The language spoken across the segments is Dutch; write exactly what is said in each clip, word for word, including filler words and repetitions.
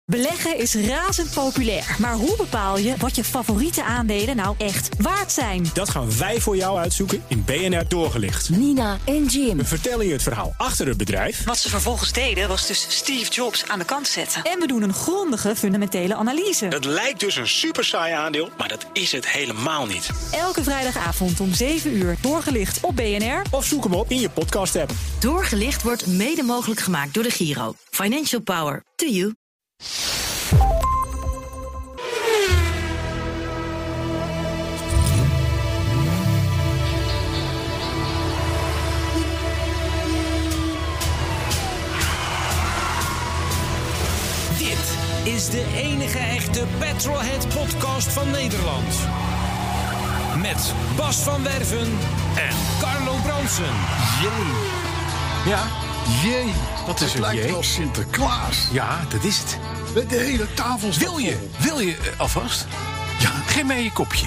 Beleggen is razend populair. Maar hoe bepaal je wat je favoriete aandelen nou echt waard zijn? Dat gaan wij voor jou uitzoeken in B N R Doorgelicht. Nina en Jim. We vertellen je het verhaal achter het bedrijf. Wat ze vervolgens deden was dus Steve Jobs aan de kant zetten. En we doen een grondige fundamentele analyse. Het lijkt dus een super saai aandeel, maar dat is het helemaal niet. Elke vrijdagavond om zeven uur Doorgelicht op B N R. Of zoek hem op in je podcast-app. Doorgelicht wordt mede mogelijk gemaakt door de Giro. Financial power to you. Dit is de enige echte Petrolhead-podcast van Nederland. Met Bas van Werven en Carlo Bronsen. Jee. Ja, Jee. Wat is het er, lijkt jee? wel Sinterklaas. ja, dat is het. De hele tafel staat Wil je, vol. wil je uh, alvast? Ja. Geef mij je kopje.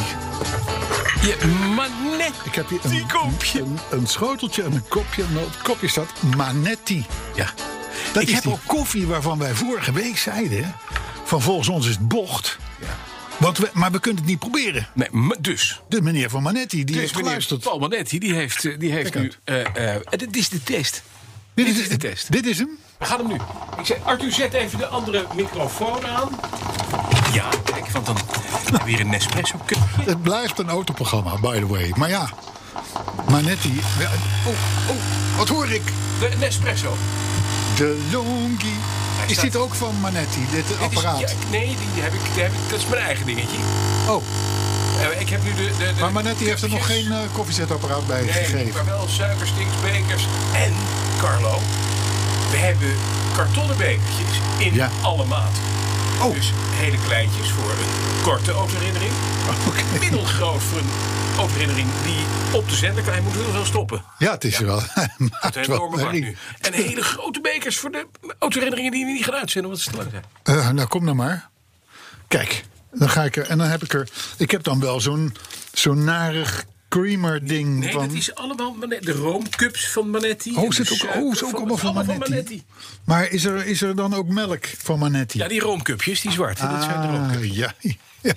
Je, maar net Ik heb hier die een, kopje. een, een schoteltje en een kopje. En op het kopje staat Manetti. Ja. Dat Ik is heb die ook- koffie waarvan wij vorige week zeiden... van volgens ons is het bocht. Want we, maar we kunnen het niet proberen. Nee, maar dus. De meneer van Manetti, die Dus heeft meneer geluisterd. Paul Manetti, die heeft, uh, die heeft Kijk nu... Uh, uh, dit is de test. Dit, Dit is de test. Dit is hem. We gaan hem nu. Ik zeg, Arthur, zet even de andere microfoon aan. Ja, kijk, want dan weer een Nespresso-cupje. Het blijft een autoprogramma, by the way. Maar ja, Manetti... ja, oh, oh, wat hoor ik? De Nespresso. De Longi. Is staat- dit ook van Manetti, dit Dit is- apparaat? ja, nee, die heb ik, die heb ik, dat is mijn eigen dingetje. Oh, Uh, ik heb nu de... de, de maar Manetti heeft er nog cupjes. geen uh, koffiezetapparaat bij Nee, gegeven. maar wel suikersticks, bekers. En, Carlo, we hebben kartonnen bekertjes in Ja. alle maten. Oh. Dus hele kleintjes voor een korte autoherinnering. Oké. Middelgroot voor een autoherinnering die op de zender kan. Hij moet heel veel stoppen. Ja, het is er wel. Dat Maakt is een wel enorme bak herrie. nu. En hele grote bekers voor de autoherinneringen die we niet gaan uitzenden, omdat ze te lang zijn. Eh, nou, kom nou maar. Kijk, dan ga ik er... En dan heb ik er... Ik heb dan wel zo'n zo'n narig creamer ding Nee, van... dat is allemaal Manetti. De roomcups van Manetti. Oh, en zit de ook, suiker oh, is ook van- allemaal van allemaal Manetti. Maar is er, is er dan ook melk van Manetti? Ja, die roomcupjes, die zwarte, dat zijn de Ah, roomcupjes. ja. ja.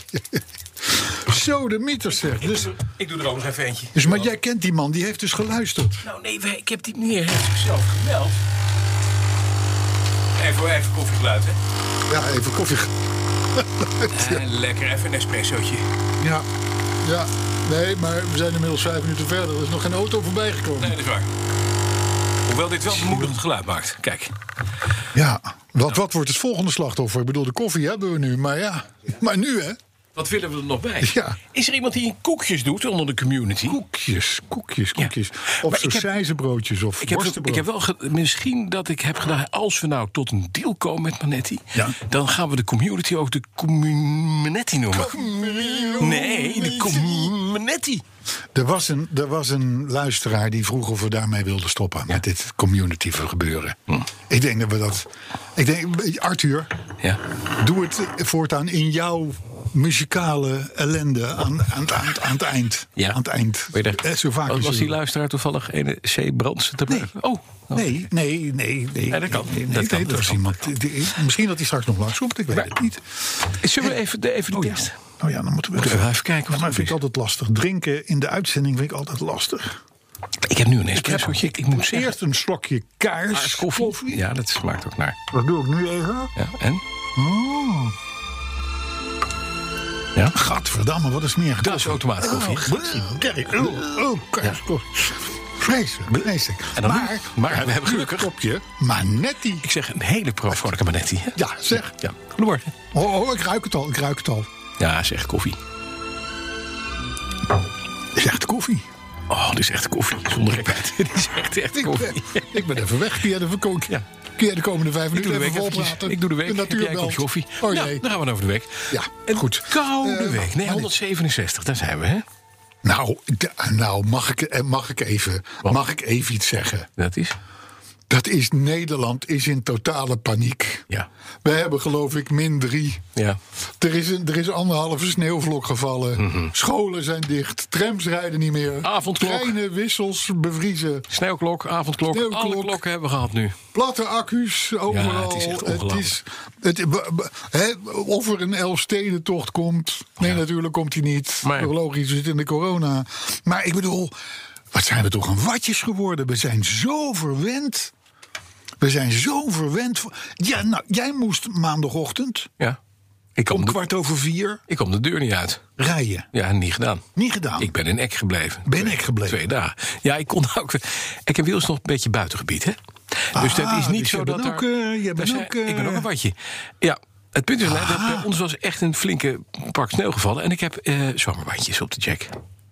Zo, de mythes zeg. Dus, Ik doe er ook nog even eentje. dus, maar jij kent die man, die heeft dus geluisterd. Nou nee, wij- ik heb die meneer heeft zichzelf gemeld. Even, even koffiegeluid, hè? Ja, even koffie. En lekker even een espressootje. Ja, ja. Nee, maar we zijn inmiddels vijf minuten verder. Er is nog geen auto voorbij gekomen. Nee, dat is waar. Hoewel dit wel bemoedigend geluid maakt. Kijk. Ja, wat, wat wordt het volgende slachtoffer? Ik bedoel, de koffie hebben we nu, maar ja. Maar nu, hè? Wat willen we er nog bij? Ja. Is er iemand die koekjes doet onder de community? Koekjes, koekjes, Ja. koekjes. Maar Of ik heb- sausijzenbroodjes of Ik heb, worstenbrood. ik heb wel ge- misschien dat ik heb gedaan, als we nou tot een deal komen met Manetti, Ja. dan gaan we de community ook de Communetti noemen. Nee, de Communetti. Er was, een, er was een luisteraar die vroeg of we daarmee wilden stoppen. Met dit community gebeuren. Hm. Ik denk dat we dat... Ik denk, Arthur, Ja. doe het voortaan in jouw muzikale ellende aan, aan, aan, aan het eind. Ja. Aan het eind. Weet je, Eh, Zo vaak was, als was je die wil. luisteraar toevallig ene C. Brandsen te blijven? Oh. oh. Nee, nee, nee. nee Ja, dat kan. Nee, nee, Dat kan, nee, dat was kan. iemand, die- misschien dat hij straks nog langskomt, ik weet Maar- het niet. Zullen we even de, even de Oh ja. test? Oh ja, dan moeten we Moeten we even kijken of Maar het vind ik goed is. altijd lastig. Drinken in de uitzending vind ik altijd lastig. Ik heb nu een Ik heb espressootje. Ik, ik moet zeggen, eerst een slokje kaars, kaars koffie. Ja, dat smaakt ook naar. Dat doe ik nu even. Ja, en? Oh. Ja? Gadverdamme, wat is meer Dat is automatisch koffie. Kijk, oh, oh, kaars koffie. Vreselijk, vreselijk. En dan nu- maar, maar we hebben gelukkig- een kopje Manetti. Ik zeg een hele pro-vorige Manetti. hè? Ja, zeg. Ja. Goedemorgen. Oh, oh, ik ruik het al, ik ruik het al. Ja, is echt koffie. Het is echt koffie. Oh, dit is echt koffie. Zonder gekheid. Dit is echt, echt Ik koffie. ben, ik ben even weg, Pierre de Verkook. Ja. Kun jij de komende vijf Ik doe minuten de even week eventjes. volpraten? Ik doe de week. De Heb natuur jij een belt. kopje koffie? Oh nou, nee. dan gaan we over de week. Ja, Een goed. koude Eh, week. Nee, maar- honderdzevenenzestig. Daar zijn we, hè? Nou, d- nou mag, ik, eh, mag, ik even, mag ik even iets zeggen? Dat is... Dat is, Nederland is in totale paniek. Ja. We hebben geloof ik min drie. Ja. Er is, een, er is anderhalve sneeuwvlok gevallen. Mm-hmm. Scholen zijn dicht. Trams rijden niet meer. Avondklok. Treinen, wissels, bevriezen. Sneeuwklok, avondklok, Sneeuwklok. alle klokken hebben we gehad nu. Platte accu's overal. Ja, het is echt ongelooflijk. Het is, het, b- b- hè, of er een Elfstedentocht komt. Nee, Ja. natuurlijk komt hij niet. Maar- Logisch, we zitten in de corona. Maar ik bedoel, wat zijn we toch een watjes geworden. We zijn zo verwend. We zijn zo verwend. Ja, nou, jij moest maandagochtend Ja. Ik kom, om de, kwart over vier ik kom de deur niet uit. rijden. Ja, niet gedaan. Niet gedaan. Ik ben in Eck gebleven. Ben Twee- Eck gebleven. Twee dagen. Ja, ik kon ook. Eck en Wiel is nog een beetje buitengebied, hè? Dus dat is Ah, niet dus zo jij dat bent ook, daar- eh, jij daar bent zijn- ook, eh, Ik ben ook een watje. Ja. Het punt is alleen dat bij ons was echt een flinke pak sneeuw gevallen. En ik heb eh zomerwandjes op de jack.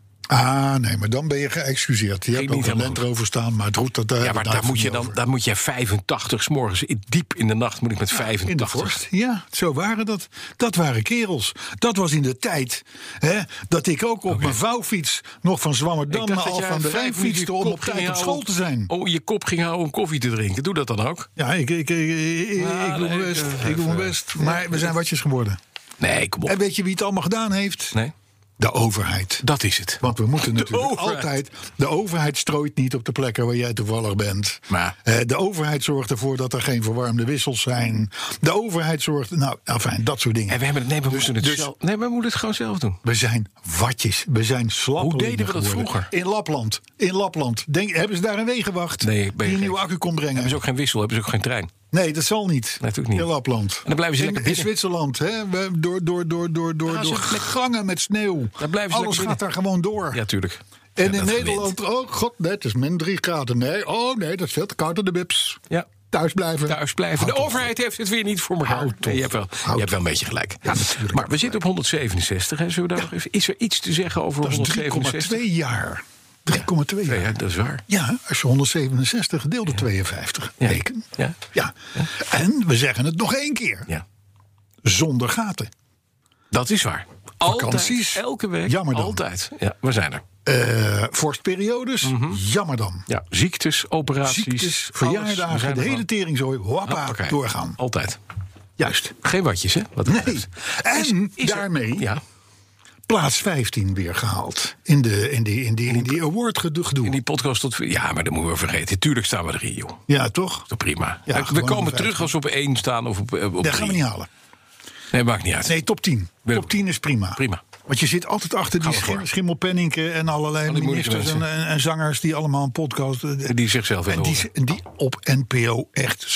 Ah, nee, maar dan ben je geëxcuseerd. Je Ik hebt niet ook een helemaal Land Rover staan, maar het roet dat daar. Ja, maar daar moet je dan daar moet je vijfentachtig 's morgens diep in de nacht moet ik met In de vijfentachtig. vorst, ja, zo waren dat. Dat waren kerels. Dat was in de tijd hè, dat ik ook op mijn vouwfiets nog van Zwammerdam Ik naar dacht dat Al jij van de vijf Rijn minuten fietste je om kop op ging tijd op houden school te zijn. Oh, je kop ging houden om koffie te drinken. Doe dat dan ook? Ja, ik, ik, ik, ik, ik, Ah, ik doe mijn nee, best. ik, Ik doe mijn even- best. Maar we zijn watjes geworden. Nee, kom op. En weet je wie het allemaal gedaan heeft? Nee, De overheid. dat is het. Want we moeten natuurlijk overheid. altijd... De overheid strooit niet op de plekken waar jij toevallig bent. Maar- Eh, de overheid zorgt ervoor dat er geen verwarmde wissels zijn. De overheid zorgt... Nou, enfin, dat soort dingen. En we hebben het, nee, we moeten het dus- zelf. Nee, we moeten het gewoon zelf doen. We zijn watjes. We zijn slappelingen Hoe deden we dat geworden. vroeger? In Lapland. In Lapland. Denk, hebben ze daar een wegenwacht Nee, ik ben die een gek. nieuwe accu kon brengen? Hebben ze ook geen wissel, hebben ze ook geen trein. Nee, dat zal niet. natuurlijk niet. In Lapland. En dan blijven ze in, lekker in binnen. Zwitserland. Hè? We, door door, door, door, door, gaan ze door lekker- gangen met sneeuw. Daar blijven ze Alles lekker gaat daar gewoon door. Ja, tuurlijk. En Ja, in dat Nederland, oh god, nee, het is min drie graden. Nee, oh nee, dat is veel te koud aan de bips. Ja. Thuis blijven. Thuis blijven. De Houd overheid heeft het weer niet voor elkaar. Houd toch. Nee, je hebt wel, Houd je hebt wel een beetje gelijk. Ja, natuurlijk. Maar we zitten op honderdzevenenzestig. Hè. Zullen we daar nog even, is er iets te zeggen over Dat is drie komma honderdzevenenzestig? twee jaar. drie komma twee Ja, jaar. ja, dat is waar. Ja, als je honderdzevenenzestig gedeeld door tweeënvijftig Ja. rekent. Ja. Ja. En we zeggen het nog één keer. Ja. Zonder gaten. Dat is waar. Vakanties. Altijd, elke week. Jammer dan. Altijd. Ja, we zijn er. Eh vorstperiodes. Jammer dan. Ja, ziektes, operaties. Ziektes, alles. We verjaardagen, zijn de er hele wel. teringzooi. Hoppa, Hoppakee. doorgaan. Altijd. Juist. Geen watjes, hè? Wat dat Nee. betreft. En Is er- daarmee Ja, plaats vijftien weer gehaald. In, de, in, die, in, die, in die award gedoe. in die podcast tot... Ja, maar dat moeten we vergeten. Tuurlijk staan we erin, joh. Ja, toch? Dat prima. Ja, we gewoon komen vijftien. terug als we op één staan of op, op Dat drie. gaan we niet halen. Nee, maakt niet uit. Nee, top tien. Wil- Top tien is prima. Prima. Want je zit altijd achter die Gaan we schim, voor. Schimmelpenninken en allerlei Al die moeilijke ministers en, en, en zangers die allemaal een podcast. eh, Die zichzelf en willen die, horen. en die op N P O echt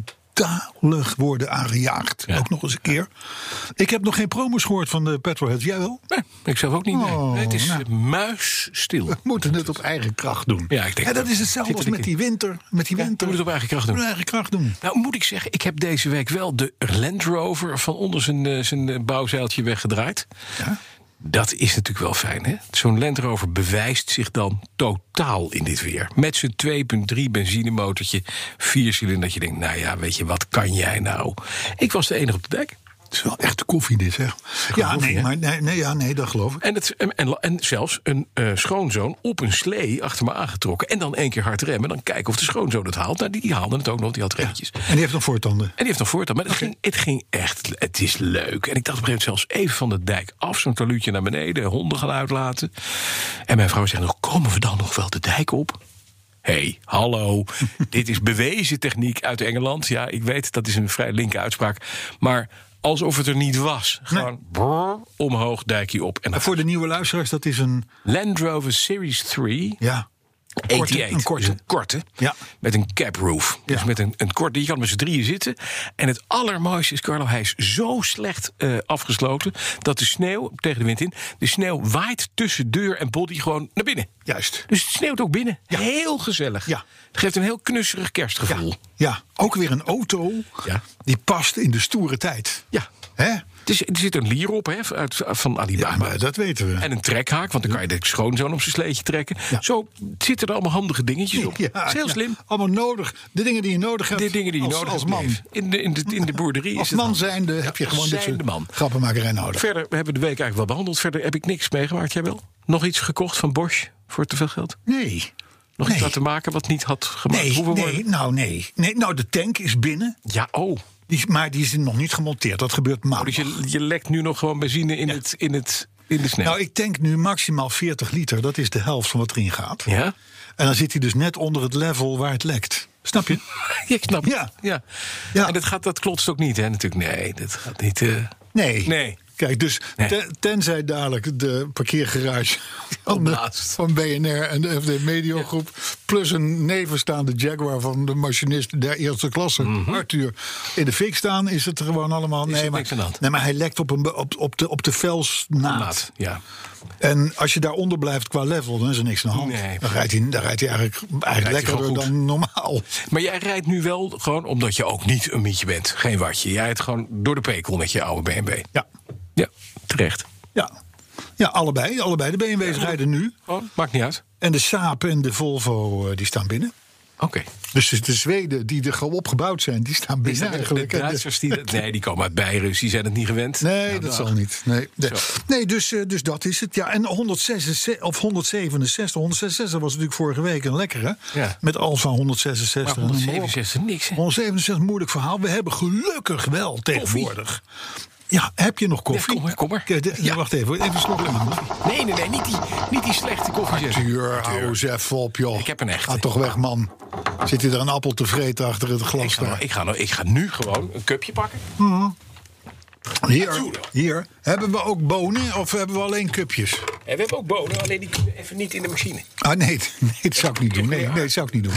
schandalig worden aangejaagd. Ja. Ook nog eens een keer. Ik heb nog geen promos gehoord van de Petrolheads. Jij wel? Nee, ik zelf ook niet. Nee. Oh, Nee, het is nou. eh, muisstil. We moeten het op eigen kracht doen. Ja, ik denk en dat dat. is hetzelfde Zit als er met dik die winter. Met die Ja, winter. we moeten het op eigen kracht doen. Op eigen kracht doen. Nou, moet ik zeggen, ik heb deze week wel de Land Rover van onder zijn, eh, zijn eh, bouwzeiltje weggedraaid. Ja? Dat is natuurlijk wel fijn, hè? Zo'n Land Rover bewijst zich dan totaal in dit weer. Met zijn twee komma drie benzinemotortje, viercilinder, dat je denkt, nou ja, weet je, wat kan jij nou? Ik was de enige op de dek. Het is wel echt koffie dit, zeg. Ja, koffie, nee, hè? maar nee, nee, ja, nee, dat geloof ik. En, het, en, en, en zelfs een eh, schoonzoon op een slee achter me aangetrokken. En dan één keer hard remmen. Dan kijken of de schoonzoon het haalt. Nou, die, die haalde het ook nog, die had remmetjes. En die heeft nog voortanden. En die heeft nog voortaan. Maar het, ging, het ging echt, het is leuk. En ik dacht op een gegeven moment zelfs even van de dijk af. Zo'n taluutje naar beneden, honden gaan uitlaten. En mijn vrouw zegt nog, komen we dan nog wel de dijk op? Hé, hey, hallo, dit is bewezen techniek uit Engeland. Ja, ik weet, dat is een vrij linker uitspraak. Maar alsof het er niet was. Gewoon brrr, omhoog, dijkje op. En dan Voor de nieuwe luisteraars, dat is een... Land Rover Series drie... Ja, eenentachtig. een korte. Dus een korte. Ja. Met een cap roof. Dus Ja. met een, een korte. Je kan met z'n drieën zitten. En het allermooiste is, Carlo, hij is zo slecht eh, afgesloten dat de sneeuw, tegen de wind in, de sneeuw waait tussen deur en body gewoon naar binnen. juist. Dus het sneeuwt ook binnen. Heel gezellig. Ja. Het geeft een heel knusserig kerstgevoel. Ja, ook weer een auto Ja. die past in de stoere tijd. Ja. Hè? Het is, er zit een lier op, hè, uit, van Ja, Alibaba. maar dat weten we. En een trekhaak, want dan kan je de schoonzoon op zijn sleetje trekken. Ja. Zo zitten er allemaal handige dingetjes op. Ja, Dat is heel ja. slim. Allemaal nodig. De dingen die je nodig hebt. De dingen die je als, nodig als hebt man. leven. In de, in de, in de boerderie Als is het man handig. zijnde heb je Ja, gewoon dit soort zijnde man. grappenmakerij nodig. Verder, we hebben de week eigenlijk wel behandeld. Verder heb ik niks meegemaakt. Jij wel? Nog iets gekocht van Bosch voor te veel geld? Nee. nog Nee. iets laten maken wat niet had gemaakt Nee, hoeven nee, worden? nou nee. nee. Nou, de tank is binnen. Ja, oh. Die, is- maar die is nog niet gemonteerd. Dat gebeurt oh maandag. dus je, je lekt nu nog gewoon benzine in, het, in, het, in de sneeuw. Nou, ik tank nu maximaal veertig liter. Dat is de helft van wat erin gaat. ja? En dan zit hij dus net onder het level waar het lekt. Snap je? Ja, ik snap het. Ja. Ja. Ja. En dat, gaat, dat klotst ook niet, hè? Natuurlijk, nee, dat gaat niet... eh, Nee. Nee. Kijk, dus Nee. ten- tenzij dadelijk de parkeergarage van, de, Opblaast. van B N R en de F D Medio Groep... plus een nevenstaande Jaguar van de machinist der eerste klasse, Arthur... in de fik staan, is het er gewoon allemaal... er Nee, maar, niks aan de hand. nee, maar hij lekt op, een, be- op, op de, op de velsnaad. Maat, ja. En als je daaronder blijft qua level, dan is er niks aan de hand. Nee. Dan rijdt hij, dan rijdt hij eigenlijk, eigenlijk hij lekkerder gewoon goed. dan normaal. Maar jij rijdt nu wel gewoon omdat je ook niet een mietje bent. Geen watje. Jij rijdt gewoon door de pekel met je oude B M W. Ja, Ja, terecht. ja. ja allebei. Allebei. De B M W's rijden nu. Gewoon, maakt niet uit. En de Saab en de Volvo, eh, die staan binnen. Oké. Dus de Zweden die er gewoon opgebouwd zijn, die staan Is binnen dat de, de eigenlijk. En de- Duitsers die... dat- Nee, die komen uit Beirut. Die zijn het niet gewend. Nee, Nou, dat dag. zal niet. Nee, nee. Zo. nee dus, eh, dus dat is het. Ja, en honderdzesenzestig, of honderdzevenenzestig. honderdzesenzestig was natuurlijk vorige week een lekkere. Ja. Met Alfa honderdzesenzestig. Maar en noem maar op. honderdzevenenzestig, niks, hè? honderdzevenenzestig, moeilijk verhaal. We hebben gelukkig wel tegenwoordig. Ja, heb je nog koffie? Ja, kom maar, kom maar. Kijk, de- Ja. Wacht even, even een slok nemen. Nee, nee, nee. Niet die, niet die slechte koffie. zeg. Tuur, hou eens even op, joh. Ik heb een echte. Ga toch weg, man. Zit hij er een appel te vreten achter het Ik glas ga, nou- daar? ik, ga, nou- ik ga nu gewoon een cupje pakken. Hier, hier. Hebben we ook bonen of hebben we alleen cupjes? En we hebben ook bonen, alleen die kunnen even niet in de machine. Ah, nee, nee, dat zou ik niet doen. Nee, nee, dat zou ik niet doen.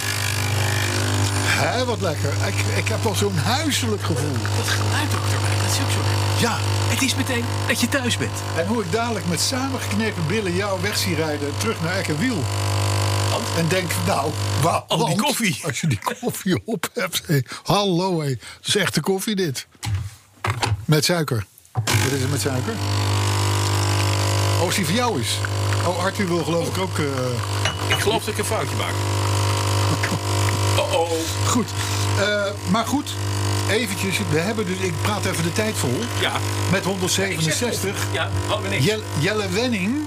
Hé, wat lekker. Ik, ik heb al zo'n huiselijk gevoel. Dat geluid ook erbij, dat is ook zo. Ja, Het is meteen dat je thuis bent. en hoe ik dadelijk met samengeknepen billen jou weg zie rijden... terug naar Eck en Wiel. En denk, nou, wa, Al die want koffie. Als je die koffie op hebt. Hé, hallo, hé. Dat is echte koffie, dit. Met suiker. Wat is het met suiker? Oh, als die voor jou is. Oh, Arthur wil geloof ik ook... eh, Ik geloof dat ik een foutje maak. Oh, oh. Goed. Eh, maar goed, eventjes. We hebben dus, ik praat even de tijd vol. Ja. Met honderdzevenenzestig. Ja, hadden we niks. Jelle, Jelle Wenning.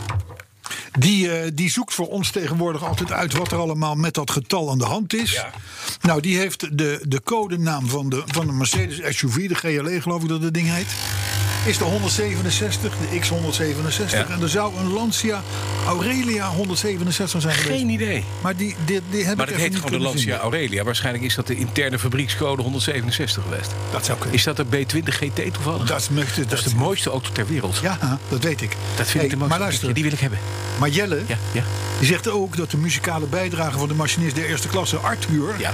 Die, eh, die zoekt voor ons tegenwoordig altijd uit wat er allemaal met dat getal aan de hand is. Ja. Nou, die heeft de, de codenaam van de, van de Mercedes S U V, de G L E geloof ik dat het ding heet. Is de honderdzevenenzestig, de X honderdzevenenzestig. Ja. En er zou een Lancia Aurelia honderdzevenenzestig zijn geweest. Geen idee. Maar die, die, die heb Maar ik dat even heet niet gewoon de kunnen Lancia vinden. Aurelia. Waarschijnlijk is dat de interne fabriekscode honderdzevenenzestig geweest. Dat zou kunnen. Is dat de B twintig G T toevallig? Dat is, dat, Dat is de mooiste auto ter wereld. Ja, dat weet ik. Dat vind Hey, ik de mooiste. maar luister, Die wil ik hebben. maar Jelle, Ja, ja, die zegt ook dat de muzikale bijdrage van de machinist der eerste klasse, Arthur, ja.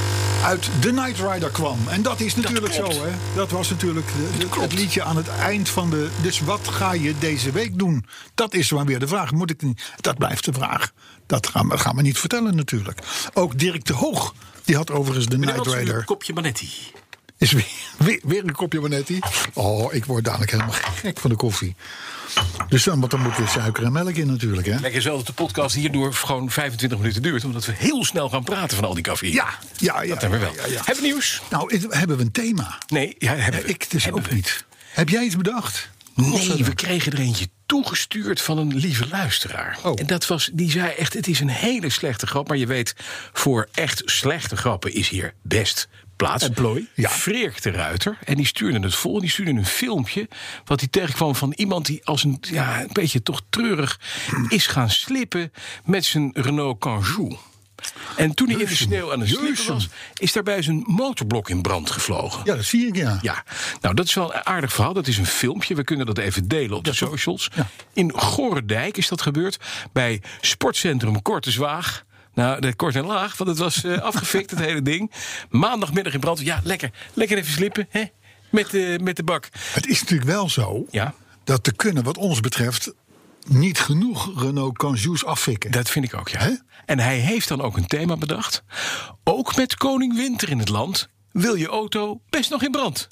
uit The Night Rider kwam. En dat is natuurlijk klopt. zo, hè? Dat was natuurlijk de- de- klopt. het liedje aan het eind van de... Dus wat ga je deze week doen? Dat is maar weer de vraag. Moet ik niet? Dat blijft de vraag. Dat gaan we, gaan we niet vertellen natuurlijk. Ook Dirk de Hoog, die had overigens de Night Rider. Een kopje Manetti. Is weer, weer, weer een kopje Manetti. Oh, ik word dadelijk helemaal gek van de koffie. Dus dan, want dan moet weer suiker en melk in natuurlijk, hè? Lekker zo dat de podcast hierdoor gewoon vijfentwintig minuten duurt. Omdat we heel snel gaan praten van al die café. Ja, ja, ja. Dat hebben we wel. ja, ja, ja. Hebben we nieuws? Nou, het- hebben we een thema? Nee, ja, hebben we. Ik dus Hebben ook we. niet. Heb jij iets bedacht? Nee, Godzijdank. we kregen er eentje toegestuurd van een lieve luisteraar. Oh. En dat was, die zei echt, het is een hele slechte grap. Maar je weet, voor echt slechte grappen is hier best plaats. En plooi. Ja. Freek de Ruiter. En die stuurde het vol. Die stuurde een filmpje. Wat hij tegenkwam van iemand die als een, ja, een beetje toch treurig is gaan slippen met zijn Renault Kangoo. En toen hij in de Jezus. sneeuw aan het slippen Jezus. was, is daarbij zijn motorblok in brand gevlogen. Ja, dat zie ik, ja. Ja, nou dat is wel een aardig verhaal. Dat is een filmpje. We kunnen dat even delen op de toch? socials. Ja. In Gorredijk is dat gebeurd. Bij sportcentrum Korte Zwaag. Nou, de kort en laag, want het was eh, afgefikt, het hele ding. Maandagmiddag in brand. Ja, lekker. Lekker even slippen, hè? Met, de met de bak. Het is natuurlijk wel zo Ja, dat er kunnen, wat ons betreft, niet genoeg Renault Kangoo's afvikken. dat vind ik ook, ja. Hè? En hij heeft dan ook een thema bedacht. Ook met koning Winter in het land wil je auto best nog in brand.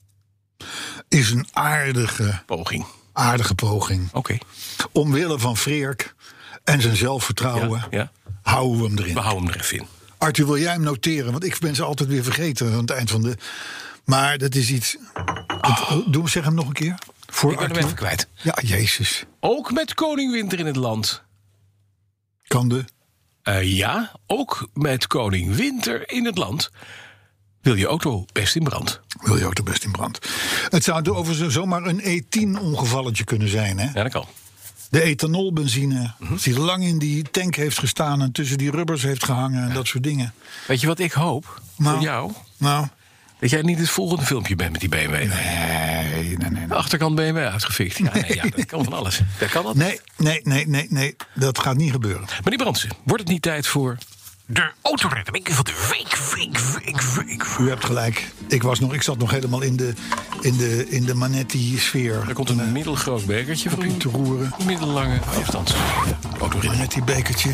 Is een aardige, Poging. aardige poging. Oké. Omwille van Freek en zijn zelfvertrouwen Ja, ja. houden we hem erin. We houden hem er even in. Arthur, wil jij hem noteren? Want ik ben ze altijd weer vergeten aan het eind van de... Maar dat is iets... Het- Doe, zeg hem nog een keer. Voor Ik ben hem Arthur. even kwijt. Ja, Jezus. Ook met koning Winter in het land Kan de... Uh, ja, ook met koning Winter in het land wil je auto best in brand. Wil je auto best in brand. Het zou overigens zomaar een E tien ongevalletje kunnen zijn, hè? Ja, dat kan. De ethanolbenzine, mm-hmm. die lang in die tank heeft gestaan en tussen die rubbers heeft gehangen en ja. dat soort dingen. Weet je wat ik hoop nou, voor jou? Nou... Dat jij niet het volgende filmpje bent met die B M W. Nee, nee, nee. nee. De achterkant B M W uitgefikt. Ja, nee, ja, dat kan van alles. Dat kan dat. Nee, nee, nee, nee, nee. Dat gaat niet gebeuren. Meneer Brandsen, wordt het niet tijd voor de autoredding van de week, week, week, week? U hebt gelijk. Ik, was nog, ik zat nog helemaal in de, in de, in de Manetti-sfeer. Er komt een middelgroot bekertje van te roeren. Middellange afstand. Autoherinnering. Manetti-bekertje.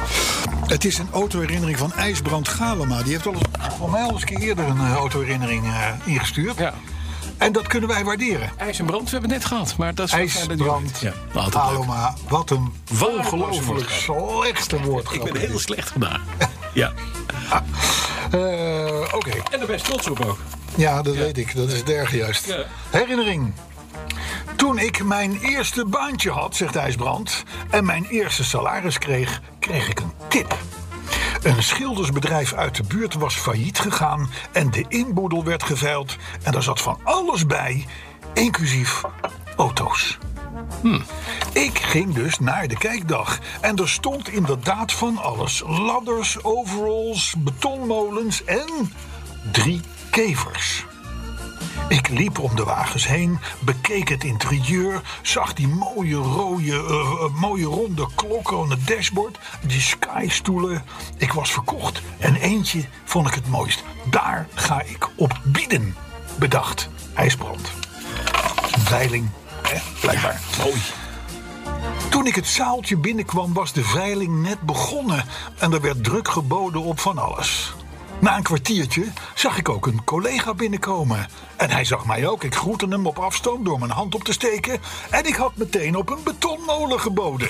Het is een autoherinnering van IJsbrand Galema. Die heeft al voor mij al eens een keer eerder een uh, autoherinnering uh, ingestuurd. Ja. En dat kunnen wij waarderen. IJs en brand, we hebben het net gehad. Maar dat is IJsbrand ja, Galema. Wat een ongelooflijk slechte woord. Ik ben heel slecht vandaag. Ja. uh, Oké. Okay. En daar ben je trots op ook. Ja, dat ja. weet ik. Dat is derg juist. Ja. Herinnering. Toen ik mijn eerste baantje had, zegt IJsbrand, en mijn eerste salaris kreeg, kreeg ik een tip. Een schildersbedrijf uit de buurt was failliet gegaan en de inboedel werd geveild. En daar zat van alles bij, inclusief auto's. Hm. Ik ging dus naar de kijkdag en er stond inderdaad van alles. Ladders, overalls, betonmolens en drie kevers. Ik liep om de wagens heen, bekeek het interieur, zag die mooie rode, uh, mooie ronde klokken aan het dashboard, die skystoelen. Ik was verkocht en eentje vond ik het mooist. Daar ga ik op bieden, bedacht IJsbrand. Veiling, hè, blijkbaar. Ja, mooi. Toen ik het zaaltje binnenkwam was de veiling net begonnen en er werd druk geboden op van alles. Na een kwartiertje zag ik ook een collega binnenkomen. En hij zag mij ook. Ik groette hem op afstand door mijn hand op te steken. En ik had meteen op een betonmolen geboden.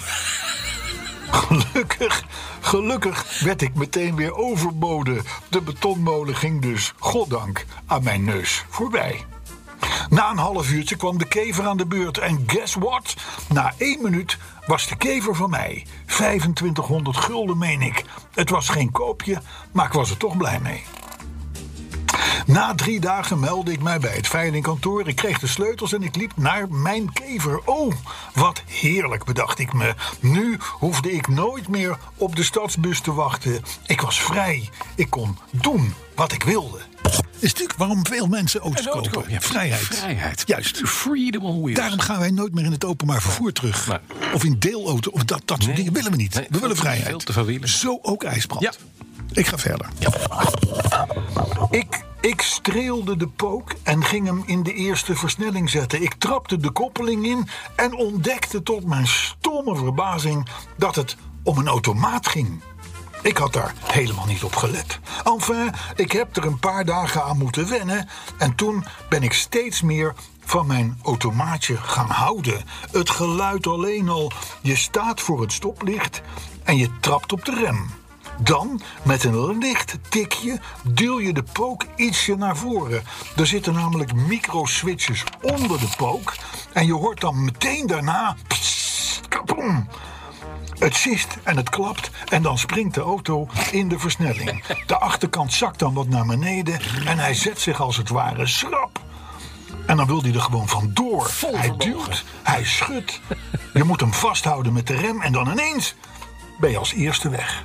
Gelukkig, gelukkig werd ik meteen weer overboden. De betonmolen ging dus, goddank, aan mijn neus voorbij. Na een half uurtje kwam de kever aan de beurt. En guess what? Na één minuut was de kever van mij. vijfentwintighonderd gulden, meen ik. Het was geen koopje, maar ik was er toch blij mee. Na drie dagen meldde ik mij bij het veilingkantoor. Ik kreeg de sleutels en ik liep naar mijn kever. Oh, wat heerlijk, bedacht ik me. Nu hoefde ik nooit meer op de stadsbus te wachten. Ik was vrij. Ik kon doen wat ik wilde. Is natuurlijk waarom veel mensen auto's kopen. kopen. Ja, vrijheid. Vrijheid. Juist. Freedom on wheels. Daarom gaan wij nooit meer in het openbaar vervoer terug. Nee. Of in deelauto. Of dat, dat soort nee. dingen willen we niet. Nee, we willen vrijheid. Veel te verwielen. Zo ook IJsbrand. Ja. Ik ga verder. Ja. Ik, ik streelde de pook en ging hem in de eerste versnelling zetten. Ik trapte de koppeling in en ontdekte tot mijn stomme verbazing dat het om een automaat ging. Ik had daar helemaal niet op gelet. Enfin, ik heb er een paar dagen aan moeten wennen en toen ben ik steeds meer van mijn automaatje gaan houden. Het geluid alleen al. Je staat voor het stoplicht en je trapt op de rem. Dan, met een licht tikje, duw je de pook ietsje naar voren. Er zitten namelijk microswitches onder de pook en je hoort dan meteen daarna pss, kapoem. Het sist en het klapt en dan springt de auto in de versnelling. De achterkant zakt dan wat naar beneden en hij zet zich als het ware schrap. En dan wil hij er gewoon vandoor. Hij duwt, hij schudt. Je moet hem vasthouden met de rem en dan ineens ben je als eerste weg.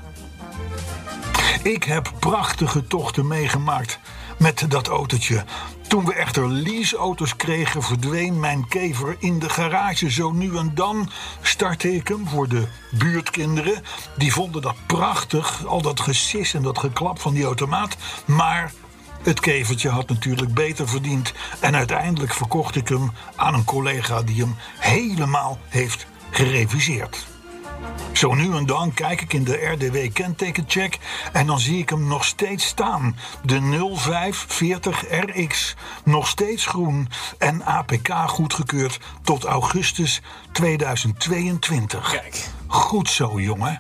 Ik heb prachtige tochten meegemaakt met dat autootje. Toen we echter leaseauto's kregen, verdween mijn kever in de garage. Zo nu en dan startte ik hem voor de buurtkinderen. Die vonden dat prachtig, al dat gesis en dat geklap van die automaat. Maar het kevertje had natuurlijk beter verdiend. En uiteindelijk verkocht ik hem aan een collega die hem helemaal heeft gereviseerd. Zo nu en dan kijk ik in de R D W-kentekencheck en dan zie ik hem nog steeds staan. De nul vijf veertig R X, nog steeds groen en A P K goedgekeurd tot augustus tweeduizend tweeëntwintig. Kijk. Goed zo, jongen.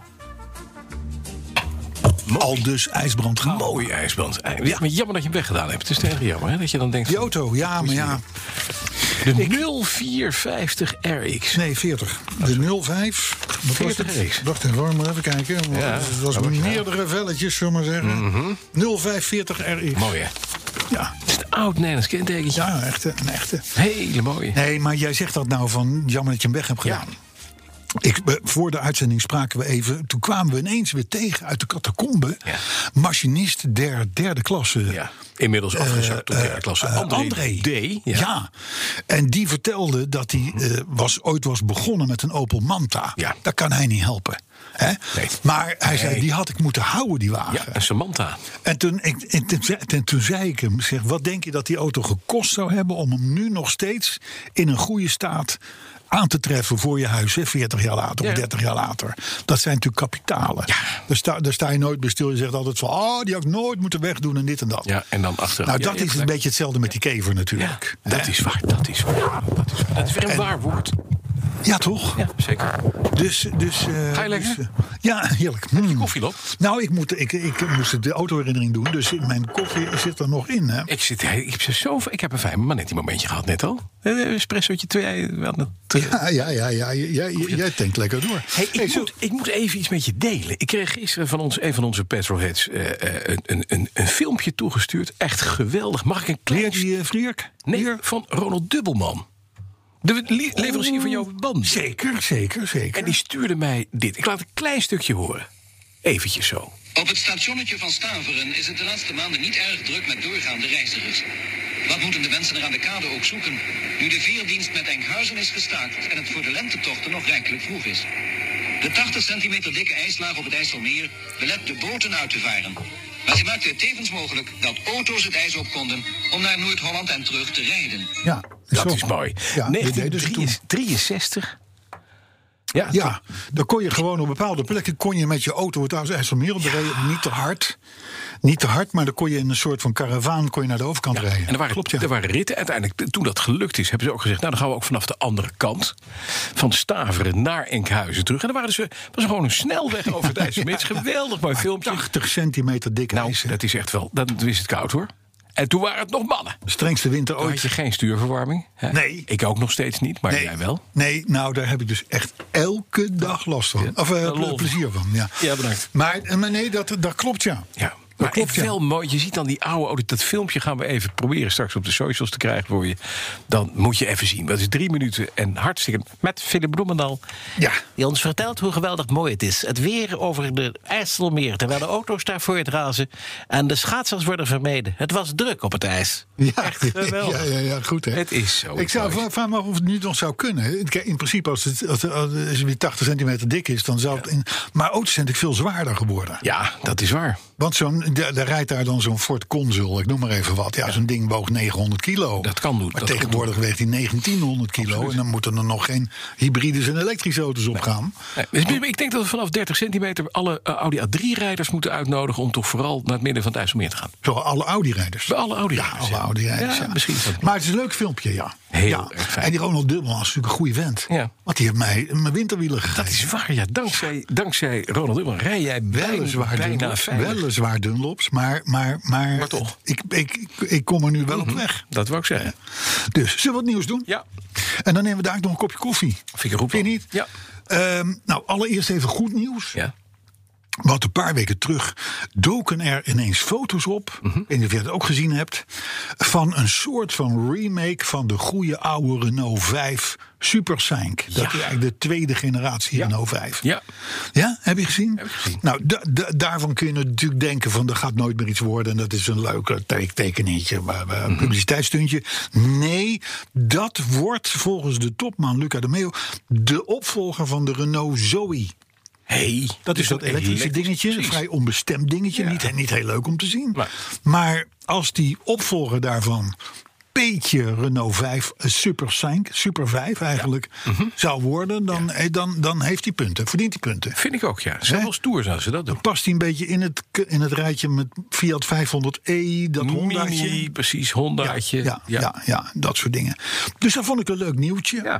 Mooi. Al dus IJsbrand gaan. Mooi IJsbrand. Ja, maar jammer dat je hem weggedaan hebt. Het is tegen jammer hè, dat je dan denkt... Die auto, ja, maar ja. De nul vier vijftig R X. Nee, veertig. De nul vijf. Wat was veertig het? R X. Wacht even, hoor, maar even kijken. Ja, het was dat was meerdere velletjes, zullen we maar zeggen. Mm-hmm. nul vijf veertig R X. Mooi, hè? Ja. Het is een oud Nederlands kentekentje. Ja, een echte, een echte. Hele mooie. Nee, maar jij zegt dat nou van jammer dat je hem weg hebt gedaan. Ja. Ik, voor de uitzending spraken we even. Toen kwamen we ineens weer tegen uit de catacombe. Ja. Machinist der derde klasse. Ja, inmiddels afgezakt tot derde klasse. Uh, André, André D. Ja. Ja. En die vertelde dat hij uh, was, ooit was begonnen met een Opel Manta. Ja. Dat kan hij niet helpen. Hè? Nee. Maar hij zei, Nee. die had ik moeten houden, die wagen. Ja, een Samantha. En toen, ik, en toen, zei- en toen zei ik hem, zeg, wat denk je dat die auto gekost zou hebben om hem nu nog steeds in een goede staat aan te treffen voor je huis, hè, veertig jaar later Ja. of dertig jaar later. Dat zijn natuurlijk kapitalen. Ja. Daar, sta, daar sta je nooit bij stil. Je zegt altijd van, oh, die had ik nooit moeten wegdoen en dit en dat. Ja, en dan achteraf. Nou, ja, dat je hebt is een gelijk. beetje hetzelfde met die kever natuurlijk. Ja, dat Hè? is waar, dat is waar. Dat is, waar. Dat is weer een En- waar woord. Ja, toch? Ja, zeker. Dus, dus, uh, Ga je lekker? dus, uh, ja, heerlijk. Mm. Koffie op? Nou, ik, moet, ik, ik moest de autoherinnering doen, dus mijn koffie zit er nog in. Hè? Ik, zit, ik, heb ze zo, ik heb een fijn maar net die momentje gehad net al. Een espressootje, twee. We hadden het, Ja, ja, ja, ja. Jij, jij denkt lekker door. Hey, ik, Hey, zo- moet, ik moet even iets met je delen. Ik kreeg gisteren van ons, een van onze petrolheads uh, uh, een, een, een, een filmpje toegestuurd. Echt geweldig. Mag ik een klein... Weer die uh, Vlierk? Nee, Weer? van Ronald Dubbelman. De li- leverancier van jouw band. Zeker, zeker, zeker. En die stuurde mij dit. Ik laat een klein stukje horen. Eventjes zo. Op het stationnetje van Staveren is het de laatste maanden niet erg druk met doorgaande reizigers. Wat moeten de mensen er aan de kade ook zoeken, nu de veerdienst met Enkhuizen is gestaakt en het voor de lentetochten nog rijkelijk vroeg is. De tachtig centimeter dikke ijslaag op het IJsselmeer belet de boten uit te varen. Maar ze maakte het tevens mogelijk dat auto's het ijs op konden om naar Noord-Holland en terug te rijden. Ja, Dat zo. is mooi. Ja, dit deden ze toen. negentien drieënzestig. Ja, Ja, dan kon je gewoon op bepaalde plekken kon je met je auto het IJsselmeer op rijden. Niet te hard. Niet te hard, maar dan kon je in een soort van karavaan kon je naar de overkant Ja, rijden. en er waren, Klopt, ja. er waren ritten. Uiteindelijk, toen dat gelukt is, hebben ze ook gezegd... nou, dan gaan we ook vanaf de andere kant. Van Staveren naar Enkhuizen terug. En dan waren ze, was gewoon een snelweg over het IJsselmeer. Het is een geweldig mooi filmpje. tachtig centimeter dik Nou, ijs. hè. dat is echt wel... Dan is het koud, hoor. En toen waren het nog mannen. De strengste winter Toen had ooit. je geen stuurverwarming. Hè? Nee. Ik ook nog steeds niet, maar Nee, jij wel. nee, nou daar heb ik dus echt elke dag last van. Ja, Of eh, lol van. plezier van. Ja, Ja, bedankt. Maar, eh, maar nee, dat, dat klopt ja. Ja. Dat Maar klopt, ja. wel mooi. Je ziet dan die oude auto. Dat filmpje gaan we even proberen straks op de socials te krijgen voor je. Dan moet je even zien. Dat is drie minuten en hartstikke... Met Philip Bloemendal. Ja. Die ons vertelt hoe geweldig mooi het is. Het weer over de IJsselmeer, terwijl de auto's daar voor het razen... en de schaatsers worden vermeden. Het was druk op het ijs. Ja, Echt geweldig. ja, ja, ja, goed hè. Het is zo. Ik zou mooi. va- vraag me af of het nu nog zou kunnen. Kijk, in principe, als het, als het, als het weer tachtig centimeter dik is, dan zou het. In, maar auto's zijn natuurlijk veel zwaarder geworden. Ja, dat is waar. Want zo'n, daar, daar rijdt daar dan zo'n Ford Consul, ik noem maar even wat. Ja, zo'n ding woog negenhonderd kilo. Dat kan doen. Maar Dat tegenwoordig weegt hij negentienhonderd kilo. Absoluut. En dan moeten er nog geen hybrides en elektrische auto's op gaan. Nee, dus ik denk dat we vanaf dertig centimeter alle uh, Audi A drie rijders moeten uitnodigen... om toch vooral naar het midden van het IJsselmeer te gaan. Zo, alle Audi-rijders. Bij alle Audi Ja, rijders. alle Audi-rijders. Ja, Ja, misschien is dat niet. Maar het is een leuk filmpje, ja. Heel ja. erg fijn. En die Ronald Dubbelman is natuurlijk een goede vent. Ja. Want die heeft mij mijn winterwielen gegeven. Dat is waar, ja. Dankzij, dankzij Ronald Dubbel rij jij bijna, Weliswaar bijna Dunlops, veilig. weliswaar Dunlops, maar, maar, maar, Maar toch. Ik, ik, ik, ik kom er nu wel op weg. Dat wou ik zeggen. Dus, zullen we wat nieuws doen? Ja, En dan nemen we daar nog een kopje koffie. vind ik een Vind je niet? Ja. Ehm, nou, allereerst even goed nieuws. Ja. Want een paar weken terug doken er ineens foto's op, Mhm. ik weet niet of je dat ook gezien hebt, van een soort van remake van de goede oude Renault vijf Super Sync. Dat Ja. is eigenlijk de tweede generatie Ja. Renault vijf. Ja. Ja, heb je gezien? Heb ik gezien. Nou, da- da- daarvan kun je natuurlijk denken van dat gaat nooit meer iets worden. En dat is een leuke te- tekeningetje, maar, maar Mhm. een publiciteitsstuntje. Nee, dat wordt volgens de topman Luca de Meo de opvolger van de Renault Zoe. Hey, Dat is dus dat een elektrische elektrisch- dingetje, een precies. vrij onbestemd dingetje. Ja. Niet, niet heel leuk om te zien. Nee. Maar als die opvolger daarvan beetje Renault vijf, eh, Super Sync, Super vijf eigenlijk, Mhm. zou worden, dan, eh, dan, dan heeft hij punten, verdient hij punten. Vind ik ook, ja. Ze zijn Hè? wel stoer als ze dat doen. Past hij een beetje in het, in het rijtje met Fiat vijfhonderd e, dat Hondaatje. Mini, precies, Hondaatje. Ja, ja, ja. ja, dat soort dingen. Dus dat vond ik een leuk nieuwtje. Ja.